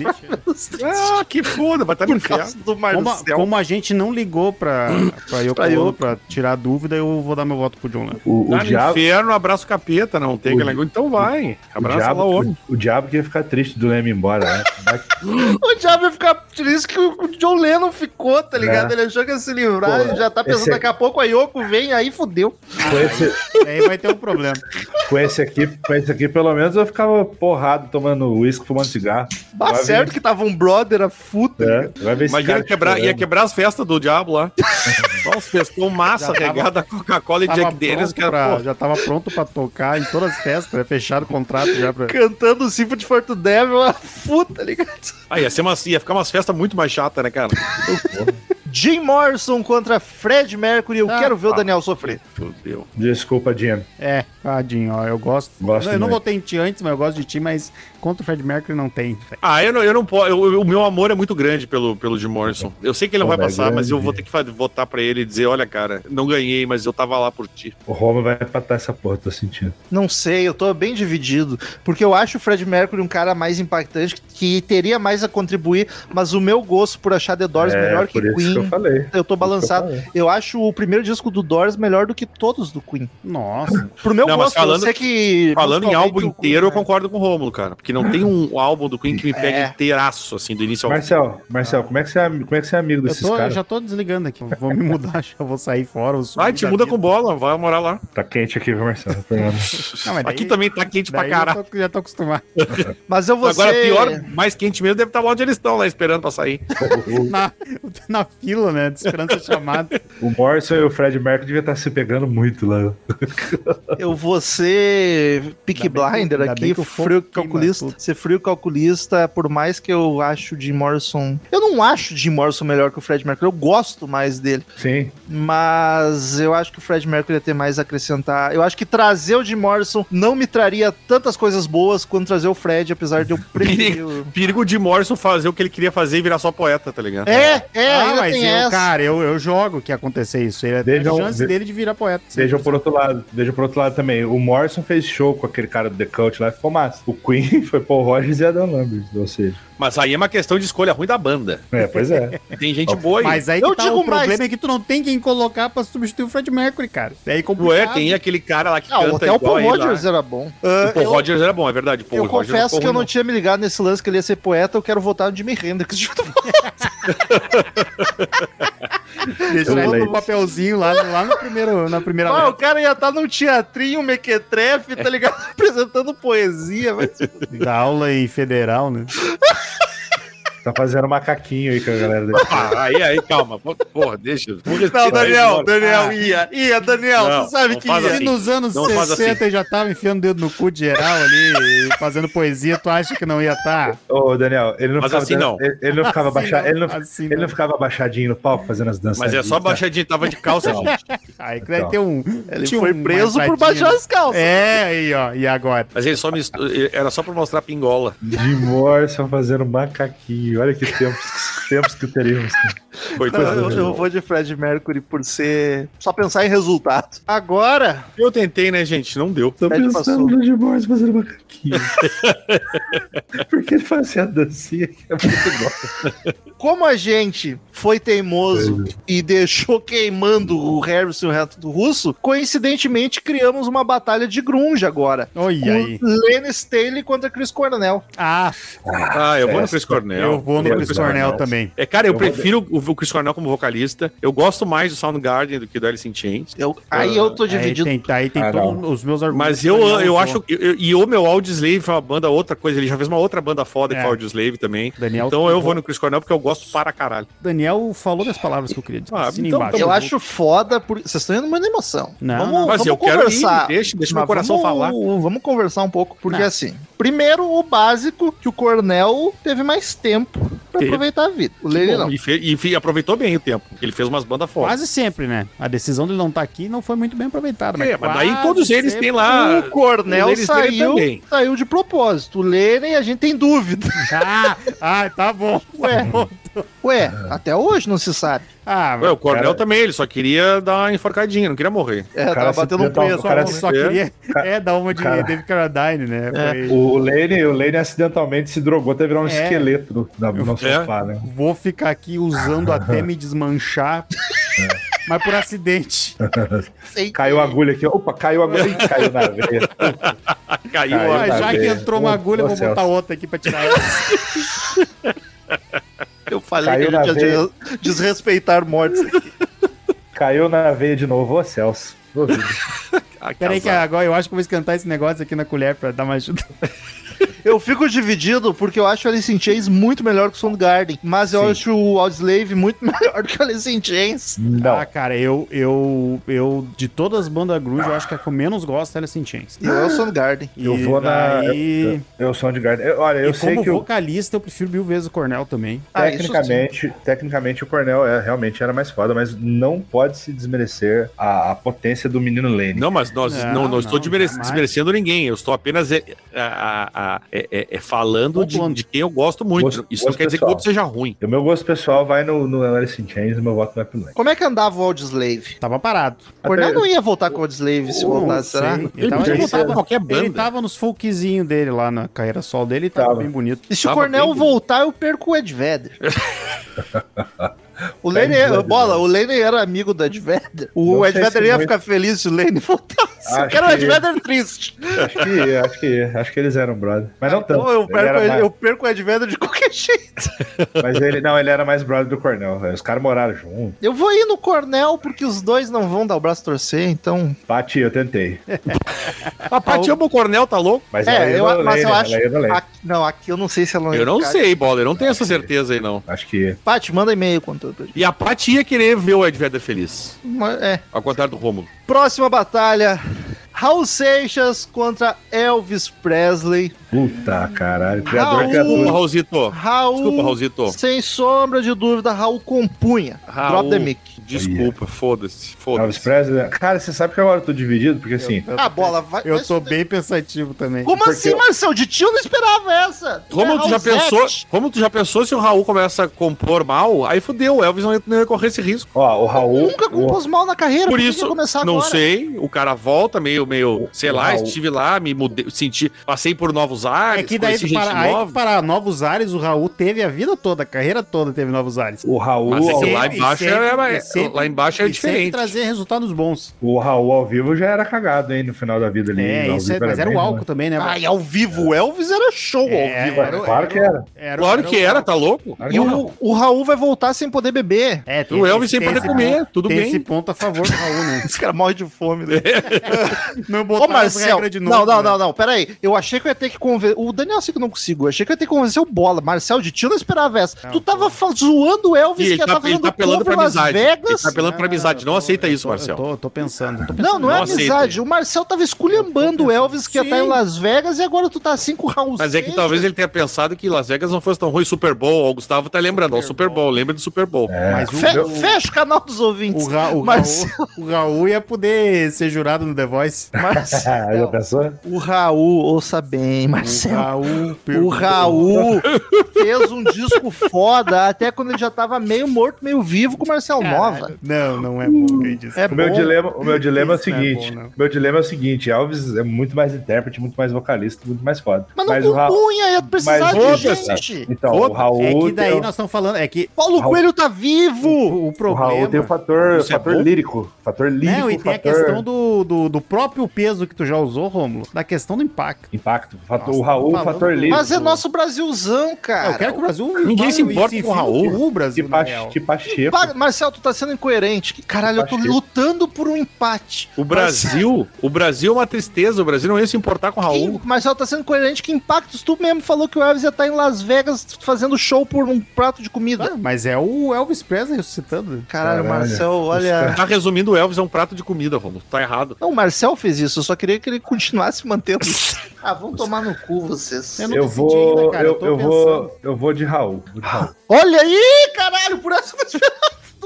dos três. Ah, que foda, vai estar no Por inferno. causa do Como, Marcel. como a gente não ligou pra, pra Yoko Pra Ono Yoko. pra tirar dúvida, eu vou dar meu voto pro John Lennon. O, o Tá no diabo, inferno, abraço capeta, não tem O- aquele negócio. Então vai, o, abraça lá diabo o homem. o, o diabo que ia ficar triste do Leme ir embora, né? Vai- O diabo ia ficar triste que o John Lennon ficou, tá ligado? É. Ele achou que ia se livrar, Pô, ele já tá pensando, esse- daqui a pouco a Yoko vem, aí fudeu. com, esse, Aí vai ter um problema. com, esse aqui, com esse aqui, pelo menos, eu ficava porrado tomando uísque, fumando cigarro. Bah, Vai certo ver- que tava um brother a futa. É, vai ver esse Imagina cara quebrar, ia chorando. quebrar as festas do diabo lá. Só uns festão massa, Já tava- regada a Coca-Cola e Tava Jack Daniels. pronto Que era, pra- pô, já tava pronto pra tocar em todas as festas, né? Fechado o contrato já pra... Cantando o Symphony for the Devil, a futa, tá ligado? ah, ia, ser umas, ia ficar umas festas muito mais chatas, né, cara? Jim Morrison contra Fred Mercury, eu Ah, quero ver o Daniel sofrer. Fudeu. Desculpa, Jim. É, tadinho, ó, eu gosto. Gosto eu não muito. votei em ti antes, mas eu gosto de ti, mas contra o Fred Mercury não tem. Ah, eu não, eu não posso. eu- O meu amor é muito grande pelo, pelo Jim Morrison. Eu sei que ele não Pô, vai é passar, mas eu grande. vou ter que fa- votar pra ele e dizer: olha, cara, não ganhei, mas eu tava lá por ti. O Roma vai empatar essa porra, tô sentindo. Não sei, eu tô bem dividido, porque eu acho o Fred Mercury um cara mais impactante, que, que teria mais a contribuir, mas o meu gosto por achar The Doors É, melhor que por isso Queen, que eu falei. eu tô Por isso balançado. que eu falei. Eu acho o primeiro disco do Doors melhor do que todos do Queen. Nossa. Pro meu Não, mas gosto, falando- eu sei que... Falando em musicalmente, álbum o Queen inteiro, eu é- concordo com o Rômulo, cara. Porque não tem um álbum do Queen que me pega É. inteiraço, assim, do início ao fim. Marcel, Marcel, como é que você é, como é, que você é amigo Eu, desses tô, eu caras? já tô desligando aqui. Vou me mudar, já vou sair fora. eu subo Vai, te da muda vida. com bola, vai morar lá. Tá quente aqui, viu, Marcel? Fernando? Não, mas daí- Aqui também tá quente pra daí caralho. eu tô- já tô acostumado. Mas eu vou Agora, ser... pior, mais quente mesmo, deve estar lá onde eles estão, lá esperando pra sair. na, na fila, né? De esperança chamada. O Morrison e o Fred Mercury devia estar se pegando muito lá. Eu vou ser Peaky Ainda bem que- Blinder ainda aqui, bem que o fogo frio queima calculista. tudo. Ser frio calculista, por mais que eu acho o Jim Morrison... Eu não acho o Jim Morrison melhor que o Fred Mercury, eu gosto mais dele. Sim. Mas eu acho que o Fred Mercury ia ter mais a acrescentar. Eu acho que trazer o Jim Morrison não me traria tantas coisas boas quanto trazer o Fred, apesar de eu preferir o... Perigo de Morrison fazer o que ele queria fazer e virar só poeta, tá ligado? É, é, ah, ainda mas tem eu, essa. cara, eu, eu jogo que ia acontecer isso. Ele tem Vejam- a chance ve- dele de virar poeta. Vejam por outro lado. Vejam por outro lado também. O Morrison fez show com aquele cara do The Cult lá e ficou massa. O Queen foi Paul Rogers e Adam Lambert. Ou seja, Mas aí é uma questão de escolha ruim da banda. é, pois é. Tem gente boa aí. Mas aí Eu que tá digo o problema mais- é que tu não tem quem colocar pra substituir o Fred Mercury, cara. Daí Ué, complicado. tem aquele cara lá que Não, canta até o igual Paul a ele lá. Rogers era bom. O Ah, Paul eu- Rogers era bom, é verdade. o Paul Eu Rogers confesso ficou que eu ruim, não tinha me ligado nesse lance que ele ia ser poeta, eu quero votar no Jimi Hendrix junto com Deixar Eu ele leio. no papelzinho lá, lá no primeiro, na primeira Ah, o letra. cara ia estar num teatrinho, mequetrefe, tá ligado? Apresentando poesia, mas... Da aula em federal, né? Tá fazendo macaquinho aí com a galera daqui. Ah, aí, aí, calma. Pô, Porra, deixa. Vamos Não, respeitar Daniel, ele, Daniel, Ah. ia, ia, Daniel, Não, tu sabe não que faz ia. E assim. nos anos Não faz sessenta ele já tava enfiando o dedo no cu de geral ali, e fazendo poesia, tu acha que não ia estar? Ô, Daniel, ele não Mas ficava. assim não. Ele, ele não ficava Assim abaixado. não, Ele, não, assim ele não. não ficava abaixadinho no palco fazendo as danças. Mas é só baixadinho, tava de calça, gente. Aí que deve ter um. Ele tinha foi um preso por marcadinho. baixar as calças. É, aí, ó. E agora? Mas ele só mistura, era só pra mostrar a pingola. De Morrison fazendo macaquinho. Olha que tempos, tempos que teríamos. Foi Não, coisa eu, eu vou de Fred Mercury por ser... Só pensar em resultado. Agora, Eu tentei, né, gente? Não deu. Tô Fred pensando passou. no de Morrison fazendo macaquinho. Porque ele fazia a dancinha que é muito bom. como a gente foi teimoso e deixou queimando o Harrison e o Renato Russo, coincidentemente criamos uma batalha de grunge agora. Olha aí. Com Len Staley contra Chris Cornell. Ah, Ah, eu vou no Chris Cornell. eu vou no Deus Chris Deus Cornell Deus. também. É, cara, eu, Eu vou prefiro o, o Chris Cornell como vocalista. Eu gosto mais do Soundgarden do que do Alice in Chains. Eu, aí eu tô Aí dividido. tem, aí tem Ah, todos não. os meus argumentos. Mas eu, Daniel eu usou. acho. eu- eu- e o meu Audioslave foi uma banda, outra coisa. Ele já fez uma outra banda foda É. que foi o Audioslave também. Daniel, Então eu vou no Chris Cornell porque eu gosto para caralho. Daniel falou das palavras que eu queria dizer. Ah, Assina então embaixo. Eu acho foda, porque vocês estão indo muito na emoção. Não, vamos, não. Mas vamos eu quero conversar. ir, deixa, deixa meu Mas coração vamos, falar. Vamos conversar um pouco, porque Não. assim, primeiro o básico, que o Cornell teve mais tempo pra Teve. aproveitar a vida. O Lenny não. E, fe- e fe- aproveitou bem o tempo. Ele fez umas bandas fodas. Quase sempre, né? A decisão dele não estar aqui não foi muito bem aproveitada. É, mas daí quase todos eles sempre- têm lá. O Cornell o Lenny Staley saiu, também. saiu de propósito. O Lenny a gente tem dúvida. Ah, ah, tá bom. Ué, Ué, até hoje não se sabe. Ah, Ué, o Cornel cara- também, ele só queria dar uma enforcadinha, não queria morrer. É, cara tava se batendo um tentar- preço. o cara só, se- só queria Ca- é, dar uma de cara- David Carradine, né? Foi- O Lane, o Lane acidentalmente se drogou até virar um É. esqueleto no, na- no É. sofá, né? Vou ficar aqui usando até me desmanchar, mas por acidente. Sei. Caiu a agulha aqui, opa, caiu a agulha, Ih, caiu na veia. Caiu Caiu. a... Ah, já que veia. entrou uma Ô, agulha, eu ô, vou Celso. botar outra aqui pra tirar ela. Eu falei Caiu que a na gente ia des- desrespeitar mortes. Caiu na veia de novo, ô Celso. Duvido. Peraí que agora eu acho que eu vou esquentar esse negócio aqui na colher pra dar mais ajuda. Eu fico dividido porque eu acho o Alice in Chains muito melhor que o Soundgarden, mas eu Sim. acho o Audioslave muito melhor que o Alice in Chains. Não. Ah, cara, eu, eu, eu, de todas as bandas grunge, eu acho que a que eu menos gosto é Alice in Chains. E eu é o Soundgarden. Eu E vou na. daí- Eu, eu sou de Garden. Eu- Olha, eu e sei como que o- vocalista, eu prefiro mil vezes o Cornel também. Ah, isso tecnicamente, tecnicamente o Cornel é, realmente era mais foda, mas não pode se desmerecer a, a potência do menino Lane. Não, mas nós Não, não, não, estou não, desmere- jamais. desmerecendo ninguém. Eu estou apenas é, a- a- a- é- é- é falando de, Pontuando. de quem eu gosto muito. Gosto- Isso não gosto quer dizer que o pessoal. outro seja ruim. O meu gosto pessoal vai no, no Alice in Chains e meu voto vai pro Lane. Como é que andava o Audioslave? Tava parado. O Cornel Até- não ia voltar com o Audioslave se Não voltasse, será? sei. Ele Ele tava, podia ele voltar tava- com qualquer banda. ele tava nos folkzinhos dele lá na carreira solo dele e tava, Tava. bem bonito. E se o Tava Cornel bem voltar, eu perco o Ed Vedder. O Lane, Ed Vedder, bola, né? o Lane era amigo do Ed Vedder. O Não Ed sei Vedder se ia muito. ficar feliz se o Lane voltasse. Eu Acho quero o Ed que- Vedder triste. Acho que, acho que, acho que eles eram brother. Mas não tanto. Então eu Ele perco, era mais- eu perco o Ed Vedder de qualquer jeito. Mas ele, não, ele era mais brother do Cornel. velho. Os caras moraram juntos. Eu vou ir no Cornel porque os dois não vão dar o braço a torcer, então. Pati, eu tentei. A Paty ama o Cornel, tá louco? Mas ela É, ia eu, no mas eu Lane, acho. ela ia no Lane. Aqui- não, aqui eu não sei se ela Eu não Cara, sei, bola. Eu não tenho essa certeza aí, não. Acho que. Paty, manda e-mail com tudo. E a Paty ia querer ver o Ed Vedder feliz. Mas, É. Ao contrário do Rômulo. Próxima batalha: Raul Seixas contra Elvis Presley. Puta caralho. Criador, Raul. Desculpa, criatura. Raulzito. Raul, Desculpa, Raulzito. sem sombra de dúvida, Raul compunha. Raul, Drop the mic. Desculpa, foda-se. Elvis Foda-se. Presley. Cara, você sabe que agora eu tô dividido? Porque assim. A bola vai. Eu vai tô se- bem pensativo também. Como porque assim, eu- Marcel? De tio eu não esperava essa. Como É tu já Raul pensou? Zete. Como tu já pensou se o Raul começa a compor mal? Aí fudeu, o Elvis não ia, não ia correr esse risco. Ó, o Raul. Nunca o, compôs mal na carreira. Por que isso, que ia começar não agora? sei, o cara volta meio, meio, sei o lá, Raul- estive lá, me mudei, senti, passei por novos ares, É que daí, conheci gente para, aí, nova. para novos ares, o Raul teve a vida toda, a carreira toda teve novos ares. o Raul. Mas é que ao- lá Sempre- embaixo sempre- é- é- sempre- lá embaixo é e sempre diferente. trazer resultados bons. O Raul ao vivo já era cagado, hein, no final da vida ali. É, Ao isso é, vivo mas era bem, o álcool né? também, né? Ai, ao vivo, o Elvis era show É, ao vivo. era- Claro que era. Era- Claro que o- era, tá louco? Claro que E era. o, o Raul vai voltar sem poder beber. É, O Elvis esse- sem poder esse comer, ponto- tudo tem bem. esse ponto a favor do Raul, né? Esse cara morre de fome. Né? Não Ô, botar as Marcel, regras de novo. não, não, né? não, não, peraí. Eu achei que eu ia ter que convencer. O Daniel sei que eu não consigo. Eu achei que eu ia ter que convencer o Bola. Marcel de tio eu não esperava essa. Não, tu tava pô. fa- zoando o Elvis E ele que ia tá, tá ele fazendo tá apelando pra cover em Las amizade. Ele Vegas. tá apelando pra amizade. Não eu aceita tô- isso, eu tô- Marcel. Eu tô, tô pensando. Tô pensando. Não, não é Não aceita. amizade. O Marcel tava esculhambando o Elvis que ia estar em Las Vegas e agora tu tá assim com o Raul Mas é que Seixas. talvez ele tenha pensado que Las Vegas não fosse tão ruim. Super Bowl, ó, o Gustavo tá lembrando, ó, o Super Bowl, lembra do Super Bowl. É. Mas o, Fe- o, Fecha o canal dos ouvintes. o, Ra- o, Marcel- Raul, o Raul ia poder ser jurado no The Voice. Marcel. Ah, já pensou? O Raul, ouça bem, O Marcel. Raul, O perguntou- Raul fez um disco foda até quando ele já tava meio morto, meio vivo com o Marcel Nova. Caralho. Não, não é bom, quem disse. É O meu bom. dilema, o meu dilema é o Isso não é seguinte. bom, não. o meu dilema é o seguinte: Elvis é muito mais intérprete, muito mais vocalista, muito mais foda. Mas não o Raul. compunha, ia precisar mas de foda-se. gente. Então, o Foda- Raul. É que daí tem, nós estamos falando, é que Paulo Raul- Coelho tá vivo. o, o o problema... Raul tem o fator, Isso é fator bom? lírico. Fator lírico, Não, e tem a fator questão do, do, do próprio peso que tu já usou, Rômulo, da questão do impacto. impacto. Fator, Nossa, o Raul, falando fator do- lírico. Mas é nosso Brasilzão, cara. eu quero que o Brasil... Ninguém se importa enfie com o Raul. O Brasil, Que, na pa, real. que pacheco. Pa- Marcel, tu tá sendo incoerente. Caralho, eu tô Pacheco. lutando por um empate. O Brasil, o Brasil é uma tristeza, o Brasil não ia se importar com o Quem- Raul. Marcel tá sendo coerente. Que impactos? Tu mesmo falou que o Elvis ia estar em Las Vegas fazendo show por um prato de comida. Ah, mas é o Elvis Presley ressuscitando. Caralho, Caralho. Marcel, olha. Tá resumindo, o Elvis é um prato de comida, Romulo. Tá errado. Não, o Marcel fez isso. Eu só queria que ele continuasse mantendo. Ah, vão tomar no cu vocês. Eu não Eu decidi ainda, vou, cara, eu, eu tô eu pensando. vou, eu vou de Raul. Vou de Raul. Olha aí, caralho, por essa que eu esperava. Tu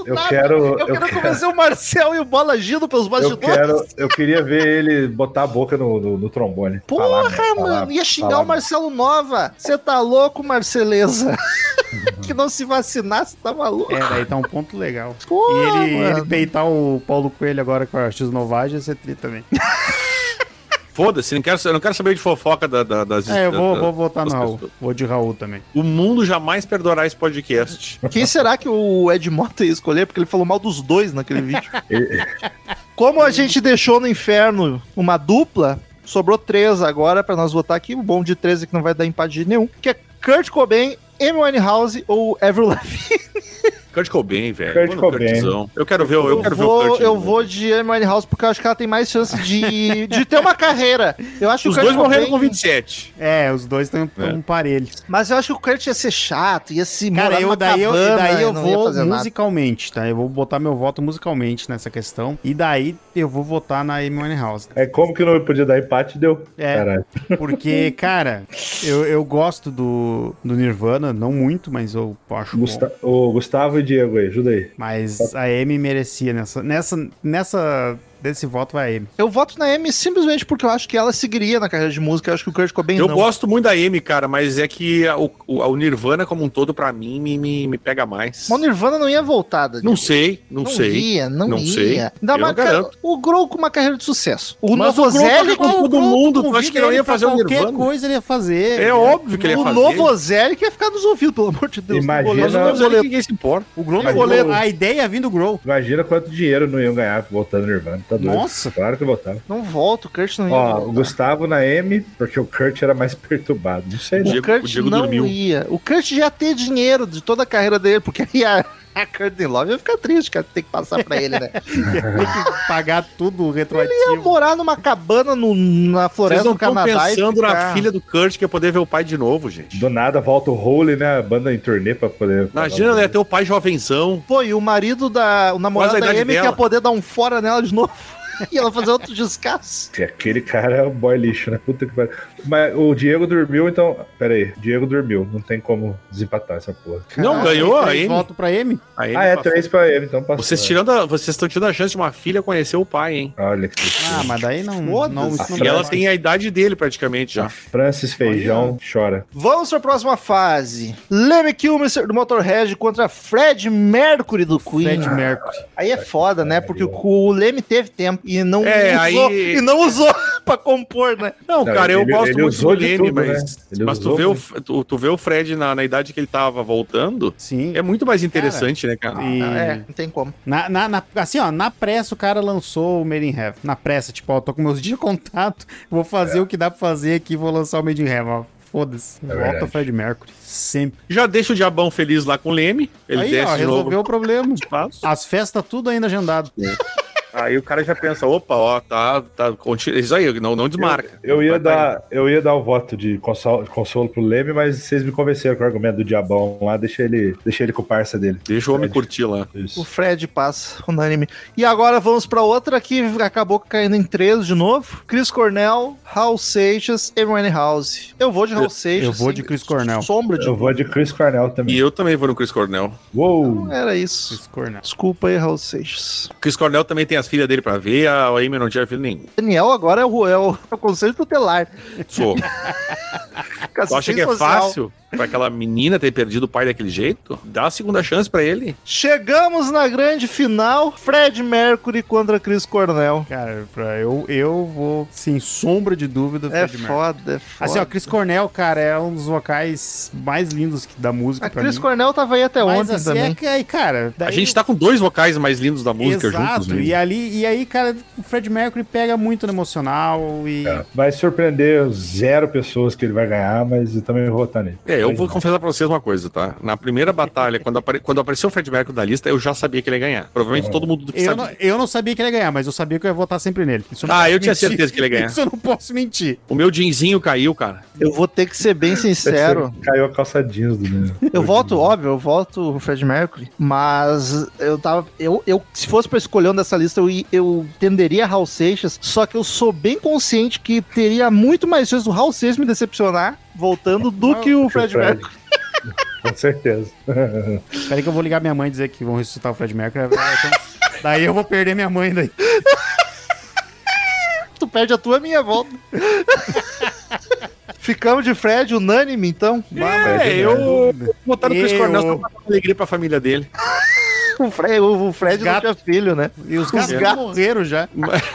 Eu nada. quero- Eu, eu quero quero- convencer o Marcel e o Bola agindo pelos Eu bastidores. quero, eu queria ver ele botar a boca no, no, no trombone. Porra, Falar, mano, falar, ia xingar falar, o Marcelo Nova. Você tá louco, Marceleza? Que não se vacinar, você tá maluco. É, daí tá um ponto legal. Porra, e ele, mano. ele peitar o Paulo Coelho agora com a X-Novagem ia ser tri também. Foda-se, não quero, eu não quero saber de fofoca da, da, das É, eu vou, da- vou votar no das Raul. pessoas. Vou de Raul também. O mundo jamais perdoará esse podcast. Quem será que o Ed Mota ia escolher? Porque ele falou mal dos dois naquele vídeo. Como a gente deixou no inferno uma dupla, sobrou três agora pra nós votar aqui. O bom de três é que não vai dar empate nenhum. Que é Kurt Cobain, Amy Winehouse ou Avril Lavigne. Kurt Cobain, velho. Kurt Mano, Cobain. Kurtzão. Eu quero ver, eu, eu quero vou, ver o Kurt. eu vou de Amy Winehouse porque eu acho que ela tem mais chance de, de ter uma carreira. Eu acho que Os o Kurt dois morreram Cobain- com vinte e sete. É, os dois estão É. um parelho. Mas eu acho que o Kurt ia ser chato, ia se Cara, morar eu, numa daí, eu, cabana, daí eu não ia vou fazer nada. musicalmente, tá? Eu vou botar meu voto musicalmente nessa questão. E daí eu vou votar na Amy Winehouse. É como que não podia dar empate, deu. É. Caralho. Porque, cara, eu, eu gosto do, do Nirvana, não muito, mas eu acho Gusta- bom. o Gustavo e Diego aí, ajuda aí. Mas a Amy merecia nessa, nessa, nessa, desse voto vai a Amy. Eu voto na Amy simplesmente porque eu acho que ela seguiria na carreira de música. Eu acho que o Kurt Cobain Eu não. gosto muito da Amy, cara, mas é que a- o, o, o Nirvana como um todo, pra mim, me, me, me pega mais. Mas o Nirvana não ia voltar. Daniel. Não sei, não, Não sei. ia, não, Não ia. sei. Ainda Eu mais, não cara, garanto. o Grohl com uma carreira de sucesso. O Mas o Grohl Novoselic... tá com todo mundo, tu acha Convida que ele não ele ia pra fazer o qualquer Nirvana? coisa ele ia fazer. É óbvio que ele ia O fazer. Novoselic ia ficar nos ouvidos, pelo amor de Deus. Imagina- Mas o Não, Novoselic ninguém se importa. O Grohl Mas não o- A ideia ia vir do Grohl. Imagina quanto dinheiro não iam ganhar voltando Nirvana. Tá doido. Nossa. Claro que voltava. Não volta, o Kurt não ia Ó, voltar. o Gustavo na M, porque o Kurt era mais perturbado. Não sei, O não. Diego- Kurt o Diego não dormiu. ia. O Kurt já ia ter dinheiro de toda a carreira dele, porque aí a, a Courtney Love ia ficar triste, cara. Tem que passar pra ele, né? Tem que pagar tudo Ia retroativo. morar numa cabana no- na Vocês floresta não do estão Canadá. e pensando na ficar- filha do Kurt que ia poder ver o pai de novo, gente. Do nada volta o Hole, né? A banda em turnê pra poder. Imagina, ela ia ter o pai jovenzão. Pô, e o marido da. O namorado Quase a da idade Amy que ia dela. poder dar um fora nela de novo. E ela fazer outro descasso. Que Aquele cara é um boy lixo, né? Puta que pariu. Mas o Diego dormiu, então. Pera aí, Diego dormiu. Não tem como desempatar essa porra. Não, ganhou a Três Amy. votos pra Amy. A Amy Ah, é passou. três pra ele, então passou. Vocês tirando a- vocês estão tirando a chance de uma filha conhecer o pai, hein? Olha que tristeza. Ah, mas daí não. Foda-se. não, isso não E ela vai. tem a idade dele praticamente já. Francis Feijão chora. Vamos pra próxima fase. Lemmy Kilmister do Motorhead contra Fred Mercury do Queen. Fred Mercury. Aí é foda, né? Porque o, o Leme teve tempo e não É, usou, aí- e não usou pra compor, né? Não, Não, cara, eu ele- gosto ele muito do usou de Leme, tudo, mas, né? Ele mas tu, usou vê o, muito. tu, tu vê o Fred na, na idade que ele tava voltando, Sim. é muito mais interessante, né, cara? E- Ah, é, não tem como. Na, na, na- assim, ó, na pressa o cara lançou o Made in Heaven. Na pressa, tipo, ó, tô com meus dias de contato, vou fazer o que dá pra fazer aqui e vou lançar o Made in Heaven, ó. Foda-se. Volta verdade. o Fred Mercury. Sempre. Já deixa o Diabão feliz lá com o Leme, ele Aí, desce ó, de resolveu novo. o problema. Espaço. As festas tudo ainda agendado. Aí o cara já pensa, opa, ó, tá, tá, continua, isso aí, não, não desmarca. Eu ia, Vai tá dar, eu ia dar o voto de consolo, consolo pro Leme, mas vocês me convenceram com o argumento do Diabão lá. Deixa ele, deixa ele com o parça dele. Deixa o homem curtir lá. Isso. O Fred passa, unânime. E agora vamos pra outra que acabou caindo em três de novo. Chris Cornell, Hal Seixas, Amy Winehouse. Eu vou de Hal Seixas. eu vou sem de Chris Cornell. Sombra de Eu vou de Chris Cornell também. E eu também vou no Chris Cornell. Uou! Era isso. Chris Cornell. Desculpa aí, Hal Seixas. O Chris Cornell também tem as filhas dele pra ver, a Amy não tinha filho nenhum. Daniel agora é o, é o, é o conselho tutelar. Sou. Tu acha que é fácil pra aquela menina ter perdido o pai daquele jeito? Dá a segunda chance pra ele. Chegamos na grande final. Fred Mercury contra Chris Cornell. Cara, pra eu, eu vou, sem sombra de dúvida, É Fred Mercury. foda, é foda. Assim, ó, Chris Cornell, cara, é um dos vocais mais lindos que- da música A pra Chris mim. Cornell tava aí até Mas ontem assim, também. é que aí, cara... A daí- gente tá com dois vocais mais lindos da música Exato, juntos. né? e, ali, e aí, cara, o Fred Mercury pega muito no emocional e... É, vai surpreender zero pessoas que ele vai ganhar, mas eu também vou votar nele. É, eu vou confessar pra vocês uma coisa, tá? Na primeira batalha, quando, apare... quando apareceu o Fred Mercury da lista, eu já sabia que ele ia ganhar. Provavelmente todo mundo que Eu sabia. não, eu não sabia que ele ia ganhar, mas eu sabia que eu ia votar sempre nele. Isso não Ah, posso eu tinha mentir. certeza que ele ia ganhar. Isso eu não posso mentir. O meu jeanzinho caiu, cara. Eu vou ter que ser bem sincero. Caiu a calça jeans do meu. Eu voto, óbvio, eu voto o Fred Mercury, mas eu tava. Eu, eu, se fosse pra escolher um dessa lista, eu, i- eu tenderia a Hal Seixas, só que eu sou bem consciente que teria muito mais chance do Hal Seixas me decepcionar voltando do que o Fred Fred. Mercury. Com certeza. Peraí que eu vou ligar minha mãe e dizer que vão ressuscitar o Fred Mercury. Então, daí eu vou perder minha mãe daí. Tu perde a tua, a minha volta. Ficamos de Fred unânime, então. É, eu botar no Chris Eu- Cornell só pra dar alegria pra família dele. O Fred, o Fred Os não gatos. tinha filho, né? E os gatos gatos. morreram já.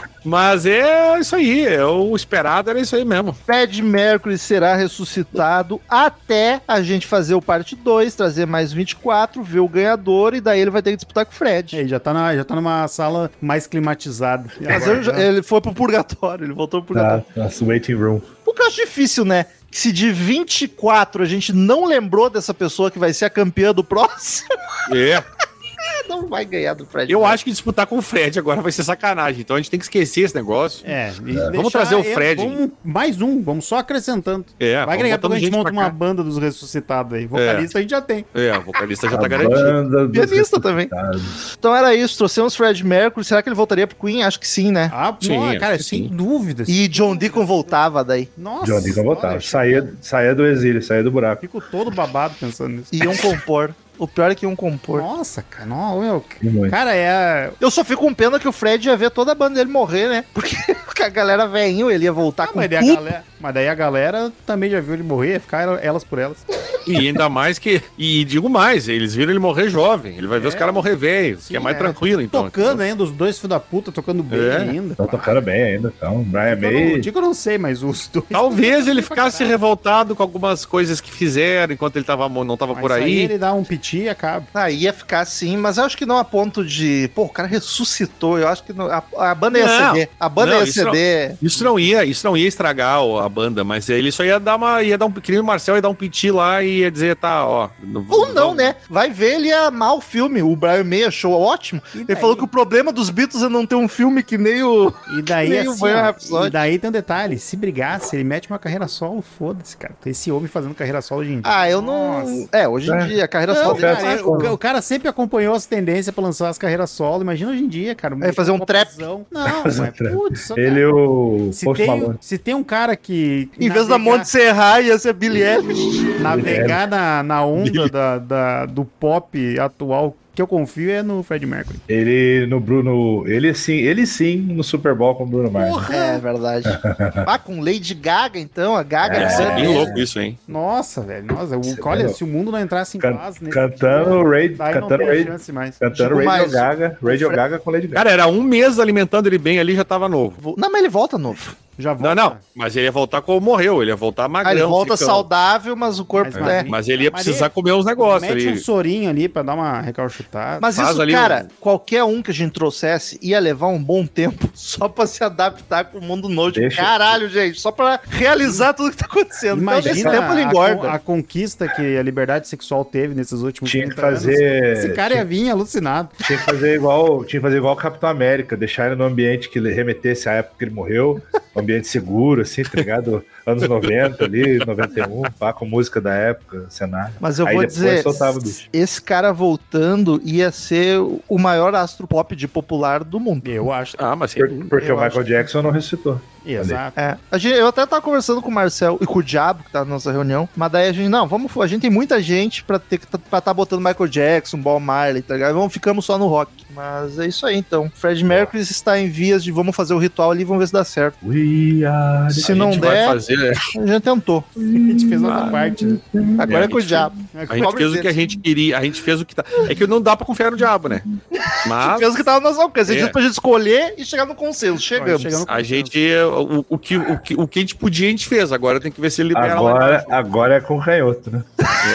Mas é isso aí, é o esperado era isso aí mesmo. Fred Mercury será ressuscitado até a gente fazer o parte dois, trazer mais vinte e quatro, ver o ganhador e daí ele vai ter que disputar com o Fred. É, já tá, na, já tá numa sala mais climatizada. E Mas agora, eu já- né? ele foi pro purgatório, ele voltou pro Tá, purgatório. nossa, waiting room. O que eu acho difícil, né? Que se de vinte e quatro a gente não lembrou dessa pessoa que vai ser a campeã do próximo, É. não vai ganhar do Fred. Eu Mercury. acho que disputar com o Fred agora vai ser sacanagem. Então a gente tem que esquecer esse negócio. É, e Vamos deixar- trazer o é, Fred. vamos- mais um, vamos só acrescentando. É, Vai vamos agregar botando a gente gente monta pra uma cá. banda dos ressuscitados aí. Vocalista a gente já tem. É, o vocalista já A tá garantido. banda dos Pianista também. ressuscitados. Então era isso, trouxemos Fred Mercury. Será que ele voltaria pro Queen? Acho que sim, né? Ah, Sim, pô, acho cara, que sem sim. dúvidas. E John Deacon voltava daí. Nossa, John Deacon voltava. olha, Saía, saía do exílio, saía do buraco. Fico todo babado pensando nisso. Iam compor. O pior é que iam compor. Nossa, cara, não, meu. E muito. Cara, é. Eu só fico com pena que o Fred ia ver toda a banda dele morrer, né? Porque a galera velhinho, ele ia voltar Ah, com mas, daí a tudo. galera, mas daí a galera também já viu ele morrer, ia ficar elas por elas. E ainda mais que. E digo mais, eles viram ele morrer jovem. Ele vai ver É. os caras morrer velho, que é mais é. tranquilo, então. Tocando ainda, os dois filhos da puta tocando bem É. ainda. Tá tocando bem ainda, então. Brian Eu não, May. o Dico eu não sei, mas os dois. Talvez ele ficasse revoltado com algumas coisas que fizeram enquanto ele tava, não tava Mas por aí. ele dá um piti e acaba. Ah, ia ficar assim, mas eu acho que não a ponto de. Pô, o cara ressuscitou. Eu acho que não- a, a banda ia Não, ceder. A banda não, ia isso não- ceder. Isso não ia, isso não ia estragar o- a banda, mas ele só ia dar uma, ia dar um, que nem o Marcel ia dar um piti lá e ia dizer, tá, ó. Ou não, né? Vai ver, ele ia amar o filme. O Brian May achou ótimo. E Ele daí? falou que o problema dos Beatles é não ter um filme que nem o. E daí, Nem o assim, Bohemian ó, Rhapsody. e daí tem um detalhe, se brigasse, ele mete uma carreira solo, foda-se, cara. Esse homem fazendo carreira solo hoje em dia. Ah, eu não. Nossa. É, hoje em É. dia, a carreira Não, solo dele. cara, é, o, ca- o cara sempre acompanhou as tendências pra lançar as carreiras solo. Imagina hoje em dia, cara. É, fazer um trap. popzão. Não, Fazer um mas, trap. putz, só- Ele e o se Post tem, Malone. se tem um cara que. Em vez da navegar- Monte Serra, ia ser Billy Eilish. Navegar na, na onda da, da- do pop atual que eu confio é no Fred Mercury. Ele no Bruno. Ele sim, ele sim no Super Bowl com o Bruno Mars. É verdade. Ah, com Lady Gaga, então. A Gaga É, Isso é bem é. louco isso, hein? Nossa, velho. Nossa, o, Você olha, vê, se o mundo não entrasse em Can- paz nesse cantando dia, Ray- daí não cantando tem Ray- chance mais. Cantando Digo Radio mais, Gaga. Radio Fre- Gaga com Lady Gaga. Cara, era um mês alimentando ele bem ali, já tava novo. Não, mas ele volta novo. Já volta. Não, não, mas ele ia voltar como morreu, ele ia voltar Ah, magrão. ele volta ficando. saudável, mas o corpo Mas, é. mas- Mas ele ia Mas precisar ele- comer uns negócios. Mete Ele... um sorinho ali pra dar uma recalchutada. Mas Faz isso, ali cara, um- qualquer um que a gente trouxesse ia levar um bom tempo só pra se adaptar com o mundo novo. Tipo, Deixa- caralho, gente, só pra realizar tudo que tá acontecendo. Então, nesse Imagina tempo ele a, engorda. con- a conquista que a liberdade sexual teve nesses últimos Tinha que trinta anos. fazer- Esse cara ia vir alucinado. Tinha que fazer igual, tinha que fazer igual o Capitão América, deixar ele no ambiente que ele remetesse à época que ele morreu, um ambiente seguro, assim, tá ligado? Anos noventa ali, noventa e um, pá, com música da época, cenário. Mas eu Aí vou depois dizer, soltava o bicho. esse cara voltando ia ser o maior astro pop de popular do mundo. Eu acho. Ah, mas Por- sim. porque eu o Michael acho. Jackson não ressuscitou. Exato. É, a gente, eu até tava conversando com o Marcel e com o Diabo, que tá na nossa reunião, mas daí a gente, não, vamos, a gente tem muita gente pra ter que tá, pra tá botando Michael Jackson, Bob Marley, tá ligado? Vamos, ficamos só no rock. Mas é isso aí, então. Fred Mercury está em vias de vamos fazer o ritual ali e vamos ver se dá certo. We are Se a não gente vai der, fazer, a gente tentou. A gente fez nossa parte. Né? Agora é, a com o gente Diabo. a gente fez o que a gente queria, a gente fez o que tá. É que não dá pra confiar no diabo, né? Mas Fez o que tava no nosso alcance. A gente É. fez pra gente escolher e chegar no consenso. Chegamos. Chegamos. a gente, o, o, que, o, que, o que a gente podia, a gente fez. Agora tem que ver se ele libera lá Agora, embaixo, agora é com canhoto, né?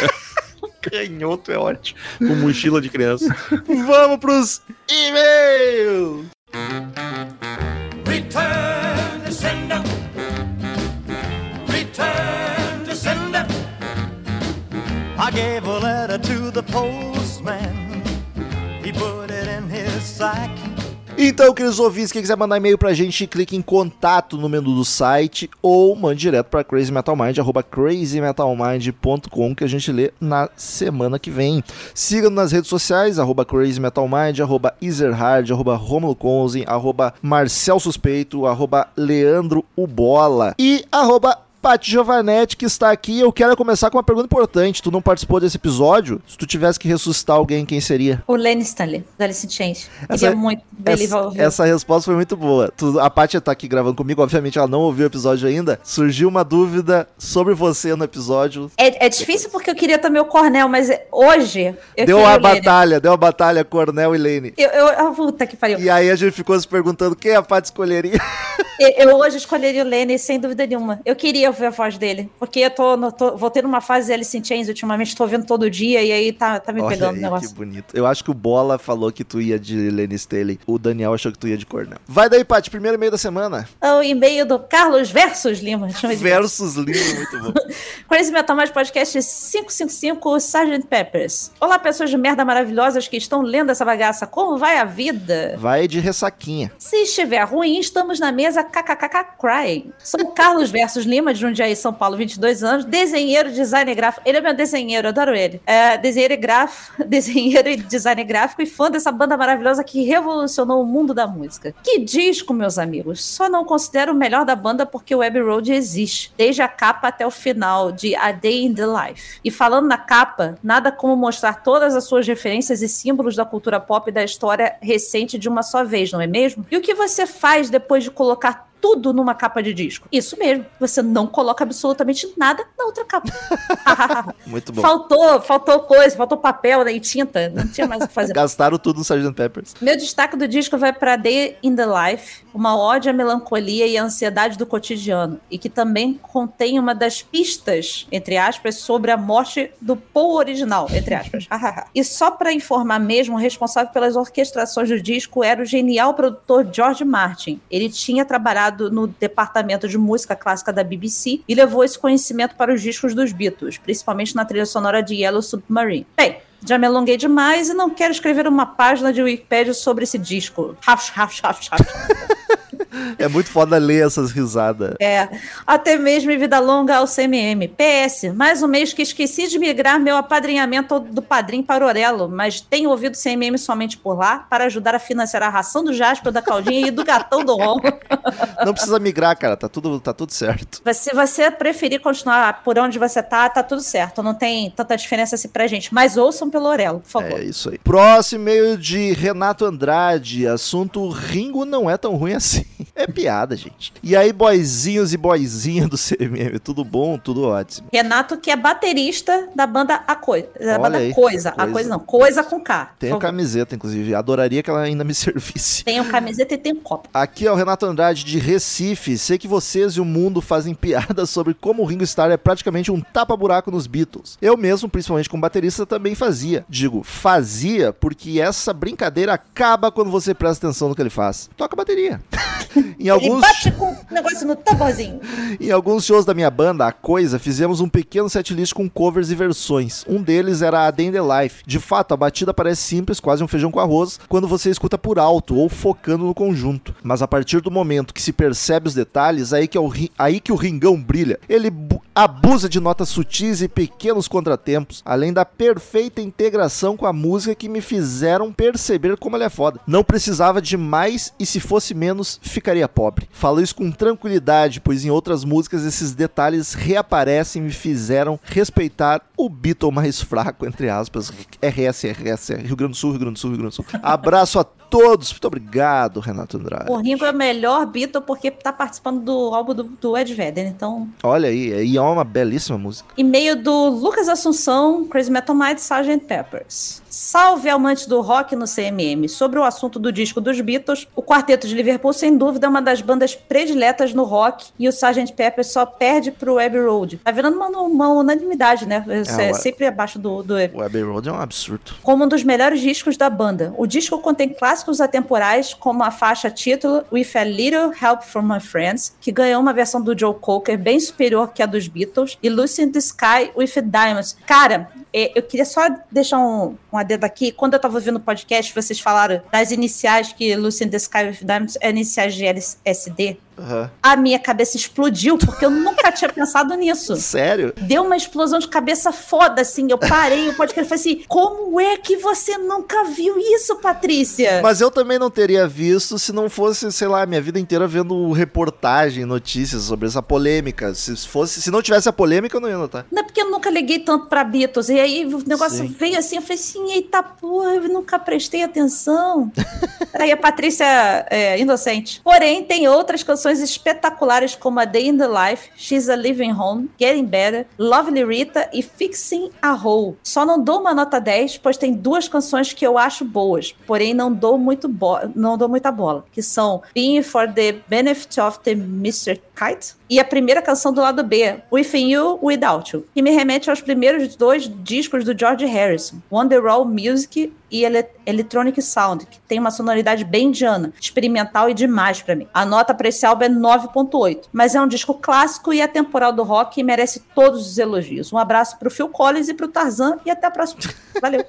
Canhoto é ótimo. com mochila de criança. Vamos pros e-mails. Return to sender. Return to sender. I gave a letter to the postman. He put it in his sack. Então, queridos ouvintes, quem quiser mandar e-mail pra gente, clique em contato no menu do site ou mande direto pra crazymetalmind, arroba crazymetalmind ponto com, que a gente lê na semana que vem. Siga-nos nas redes sociais, arroba crazymetalmind, arroba ezerhard, arroba romulo conzen, arroba marcel suspeito, arroba leandro ubola e arroba Paty Giovanetti, que está aqui. Eu quero começar com uma pergunta importante. Tu não participou desse episódio. Se tu tivesse que ressuscitar alguém, quem seria? O Lenny Stanley, da Alice in Chains. Essa- Queria muito Believe Essa, All Hill. essa resposta foi muito boa. Tu- a Paty tá aqui gravando comigo, obviamente ela não ouviu o episódio ainda. Surgiu uma dúvida sobre você no episódio. É, é difícil porque eu queria também o Cornel, mas é- hoje eu Deu queria a o Lenny. batalha, deu a batalha Cornel e Lane. Eu, eu, ah, puta que pariu. E aí a gente ficou se perguntando quem a Paty escolheria. Eu, eu hoje escolheria o Lenny, sem dúvida nenhuma. Eu queria ouvir a voz dele, porque eu tô, no, tô voltei numa fase Alice in Chains ultimamente, tô ouvindo todo dia e aí tá, tá me Olha pegando aí, o negócio. que bonito. Eu acho que o Bola falou que tu ia de Lenny Staley. O Daniel achou que tu ia de Cornel. Vai daí, Paty, primeiro e-mail da semana. O e-mail do Carlos versus Lima. Chama de Versus Lima, muito bom. Crazy Metal Mais Podcast quinhentos e cinquenta e cinco, sergeant Peppers. Olá, pessoas de merda maravilhosas que estão lendo essa bagaça. Como vai a vida? Vai de ressaquinha. Se estiver ruim, estamos na mesa kkkk crying. Sou o Carlos versus Lima, de Jundiaí, São Paulo, vinte e dois anos, desenheiro, designer gráfico. Ele é meu desenheiro, eu adoro ele. É, desenheiro, e graf... desenheiro e designer gráfico e fã dessa banda maravilhosa que revolucionou o mundo da música. Que disco, meus amigos. Só não considero o melhor da banda porque o Abbey Road existe, desde a capa até o final de A Day in the Life. E falando na capa, nada como mostrar todas as suas referências e símbolos da cultura pop e da história recente de uma só vez, não é mesmo? E o que você faz depois de colocar tudo numa capa de disco? Isso mesmo, você não coloca absolutamente nada na outra capa. Muito bom. Faltou, faltou coisa, faltou papel, né, e tinta, não tinha mais o que fazer. Gastaram tudo no sargent Peppers. Meu destaque do disco vai para Day in the Life, uma ode à melancolia e à ansiedade do cotidiano, e que também contém uma das pistas, entre aspas, sobre a morte do Paul original, entre aspas. E só para informar mesmo, o responsável pelas orquestrações do disco era o genial produtor George Martin. Ele tinha trabalhado no departamento de música clássica da B B C e levou esse conhecimento para os discos dos Beatles, principalmente na trilha sonora de Yellow Submarine. Bem, já me alonguei demais e não quero escrever uma página de Wikipedia sobre esse disco. Raf, raf, raf, raf. É muito foda ler essas risadas. É, até mesmo em vida longa ao C M M. P S, mais um mês que esqueci de migrar meu apadrinhamento do Padrim para o Orelo, mas tenho ouvido C M M somente por lá para ajudar a financiar a ração do Jasper, da Caldinha e do gatão do Ron. Não precisa migrar, cara. Tá tudo, tá tudo certo. Se você preferir continuar por onde você tá, tá tudo certo. Não tem tanta diferença assim pra gente. Mas ouçam pelo Orelo, por favor. É isso aí. Próximo e-mail de Renato Andrade. Assunto Ringo não é tão ruim assim. É piada, gente. E aí, boizinhos e boizinhas do C M M. Tudo bom? Tudo ótimo. Renato, que é baterista da banda A Coisa. Da Olha banda aí, Coisa. Coisa. A Coisa não. Coisa com K. por Tenho favor. camiseta, inclusive. Adoraria que ela ainda me servisse. Tenho camiseta e tenho copo. Aqui é o Renato Andrade de Recife. Sei que vocês e o mundo fazem piadas sobre como o Ringo Starr é praticamente um tapa-buraco nos Beatles. Eu mesmo, principalmente como baterista, também fazia. Digo, fazia porque essa brincadeira acaba quando você presta atenção no que ele faz. Toca bateria. Em Ele alguns... bate com o negócio no tamborzinho. Em alguns shows da minha banda, A Coisa, fizemos um pequeno setlist com covers e versões. Um deles era A Day in the Life. De fato, a batida parece simples, quase um feijão com arroz, quando você escuta por alto ou focando no conjunto. Mas a partir do momento que se percebe os detalhes, aí que, é o ri... aí que o Ringão brilha. Ele bu... abusa de notas sutis e pequenos contratempos, além da perfeita integração com a música que me fizeram perceber como ele é foda. Não precisava de mais e se fosse menos, ficaria pobre. Falo isso com tranquilidade, pois em outras músicas esses detalhes reaparecem e me fizeram respeitar o Beatle mais fraco, entre aspas. R S, R S, Rio Grande do Sul, Rio Grande do Sul, Rio Grande do Sul. Abraço a todos. Muito obrigado, Renato Andrade. O Ringo é o melhor Beatle porque tá participando do álbum do, do Ed Vedder, então... Olha aí, e é uma belíssima música. E-mail do Lucas Assunção, Crazy Metal Mind, sargent Peppers. Salve amantes do rock no C M M. Sobre o assunto do disco dos Beatles, o Quarteto de Liverpool, sem dúvida, é uma das bandas prediletas no rock e o sargent Peppers só perde pro Abbey Road. Tá virando uma, uma unanimidade, né? É, é o- sempre abaixo do, do O Abbey Road é um absurdo. como um dos melhores discos da banda. O disco contém clássicos atemporais, como a faixa título With a Little Help from My Friends, que ganhou uma versão do Joe Cocker bem superior que a dos Beatles, e Lucy in the Sky with Diamonds. Cara, é, eu queria só deixar um, um adendo aqui. Quando eu tava ouvindo o podcast, vocês falaram das iniciais que Lucy in the Sky with Diamonds é iniciais de L S D. Uhum. A minha cabeça explodiu, porque eu nunca tinha pensado nisso. Sério? Deu uma explosão de cabeça foda, assim. Eu parei o podcast e falei assim, como é que você nunca viu isso, Patrícia? Mas eu também não teria visto se não fosse, sei lá, minha vida inteira vendo reportagem, notícias sobre essa polêmica. Se fosse, se não tivesse a polêmica, eu não ia notar. Não é porque eu nunca liguei tanto pra Beatles. E aí o negócio Sim. veio assim, eu falei assim, eita porra, eu nunca prestei atenção. Aí a Patrícia é inocente. Porém, tem outras canções espetaculares como a Day in the Life, She's a Living Home, Getting Better, Lovely Rita e Fixing a Hole. Só não dou uma nota dez, pois tem duas canções que eu acho boas, porém não dou, muito bo- não dou muita bola, que são Being for the Benefit of the mister Kite e a primeira canção do lado B, Within You, Without You, que me remete aos primeiros dois discos do George Harrison, Wonderwall Music e Ele- Electronic Sound, que tem uma sonoridade bem indiana, experimental e demais pra mim. A nota pra esse álbum é nove ponto oito, mas é um disco clássico e atemporal do rock e merece todos os elogios. Um abraço pro Phil Collins e pro Tarzan e até a próxima. Valeu!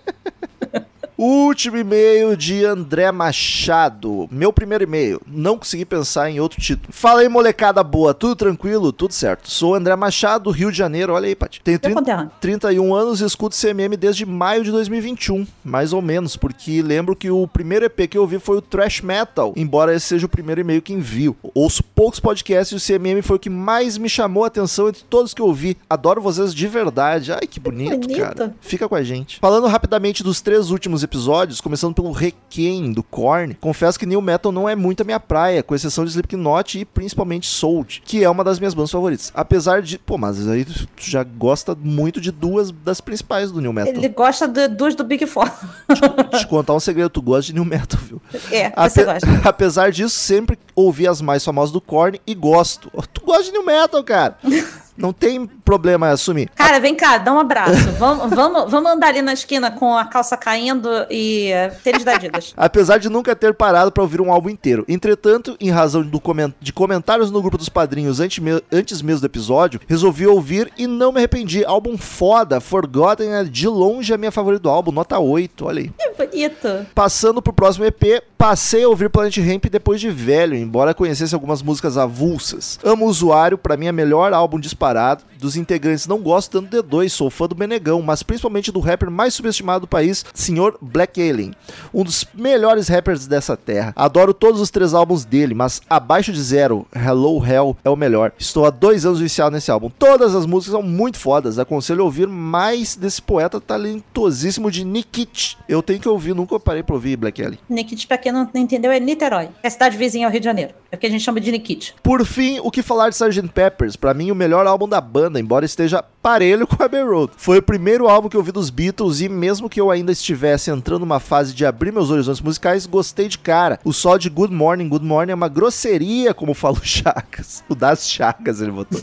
Último e-mail de André Machado. Meu primeiro e-mail. Não consegui pensar em outro título. Fala aí, molecada boa. Tudo tranquilo? Tudo certo. Sou André Machado, Rio de Janeiro. Olha aí, Paty. Tenho trinta, trinta e um anos e escuto C M M desde maio de dois mil e vinte e um. Mais ou menos, porque lembro que o primeiro E P que eu ouvi foi o Thrash Metal, embora esse seja o primeiro e-mail que envio. Ouço poucos podcasts e o C M M foi o que mais me chamou a atenção entre todos que eu ouvi. Adoro vocês de verdade. Ai, que bonito, bonito. cara. Fica com a gente. Falando rapidamente dos três últimos episódios, começando pelo Requiem, do Korn, confesso que New Metal não é muito a minha praia, com exceção de Slipknot e principalmente Soulja, que é uma das minhas bandas favoritas. Apesar de... Pô, mas aí tu já gosta muito de duas das principais do New Metal. Ele gosta de duas do Big Four. Te, te contar um segredo, tu gosta de New Metal, viu? É, Ape- você gosta. Apesar disso, sempre ouvi as mais famosas do Korn e gosto. Tu gosta de New Metal, cara. Não tem problema assumir. Cara, vem cá, dá um abraço. Vamos, vamos, vamos andar ali na esquina com a calça caindo e uh, tênis da Adidas. Apesar de nunca ter parado pra ouvir um álbum inteiro. Entretanto, em razão do coment- de comentários no grupo dos padrinhos antes, me- antes mesmo do episódio, resolvi ouvir e não me arrependi. Álbum foda, Forgotten é de longe a minha favorita do álbum, nota oito, olha aí. Que bonito. Passando pro próximo E P, passei a ouvir Planet Hemp depois de velho, embora conhecesse algumas músicas avulsas. Amo o Usuário, pra mim é melhor álbum disparado. Dos integrantes não gosto tanto do D dois, sou fã do Benegão, mas principalmente do rapper mais subestimado do país, senhor Black Alien. Um dos melhores rappers dessa terra. Adoro todos os três álbuns dele, mas abaixo de zero, Hello Hell é o melhor. Estou há dois anos viciado nesse álbum. Todas as músicas são muito fodas. Aconselho a ouvir mais desse poeta talentosíssimo de Nikit. Eu tenho que ouvir, nunca parei pra ouvir Black Alien. Nikit, pra quem não entendeu, é Niterói. É a cidade vizinha ao Rio de Janeiro. É o que a gente chama de Nikit. Por fim, o que falar de sergeant Pepper's? Pra mim, o melhor álbum da banda, embora esteja parelho com a Abbey Road. Foi o primeiro álbum que eu ouvi dos Beatles e mesmo que eu ainda estivesse entrando numa fase de abrir meus horizontes musicais, gostei de cara. O solo de Good Morning, Good Morning é uma grosseria, como fala o Chagas. O das Chagas ele botou.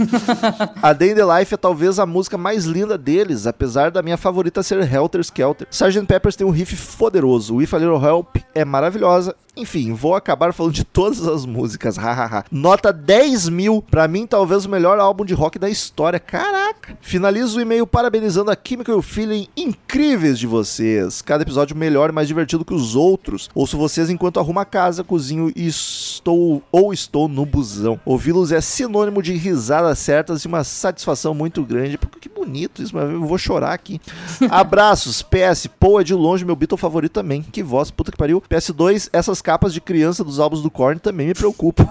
A Day in the Life é talvez a música mais linda deles, apesar da minha favorita ser Helter Skelter. sergeant Pepper's tem um riff poderoso, With a Little Help é maravilhosa. Enfim, vou acabar falando de todas as músicas, hahaha. Nota dez mil, pra mim talvez o melhor álbum de rock da história, caraca. Finalizo o e-mail parabenizando a química e o feeling incríveis de vocês. Cada episódio melhor e mais divertido que os outros. Ouço vocês enquanto arrumo a casa, cozinho e estou ou estou no busão. Ouvi-los é sinônimo de risadas certas e uma satisfação muito grande. Porque que bonito isso, mas eu vou chorar aqui. Abraços, P S, Paul é de longe meu Beatle favorito também. Que voz, puta que pariu. P S dois, essas capas de criança dos álbuns do Korn também me preocupam.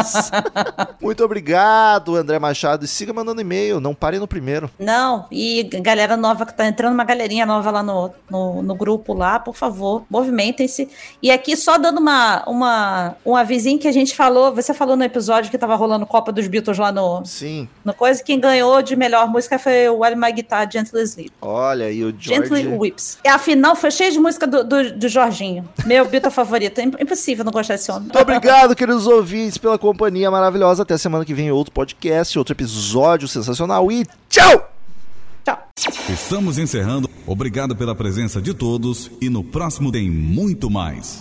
Muito obrigado, André Machado. E siga mandando e-mail, não pare no primeiro. Não, e galera nova que tá entrando, uma galerinha nova lá no, no, no grupo lá, por favor, movimentem-se. E aqui só dando uma, uma, um avisinho que a gente falou, você falou no episódio que tava rolando Copa dos Beatles lá no... Sim. No coisa, quem ganhou de melhor música foi o While My Guitar Gently Sleep. Olha aí o George... Gently Whips. E a final foi cheia de música do, do, do Jorginho, meu Beatle favorito. É impossível não gostar desse homem. Muito obrigado, queridos ouvintes, pela companhia maravilhosa. Até semana que vem outro podcast, outro episódio sensacional e tchau! Tchau. Estamos encerrando. Obrigado pela presença de todos e no próximo tem muito mais.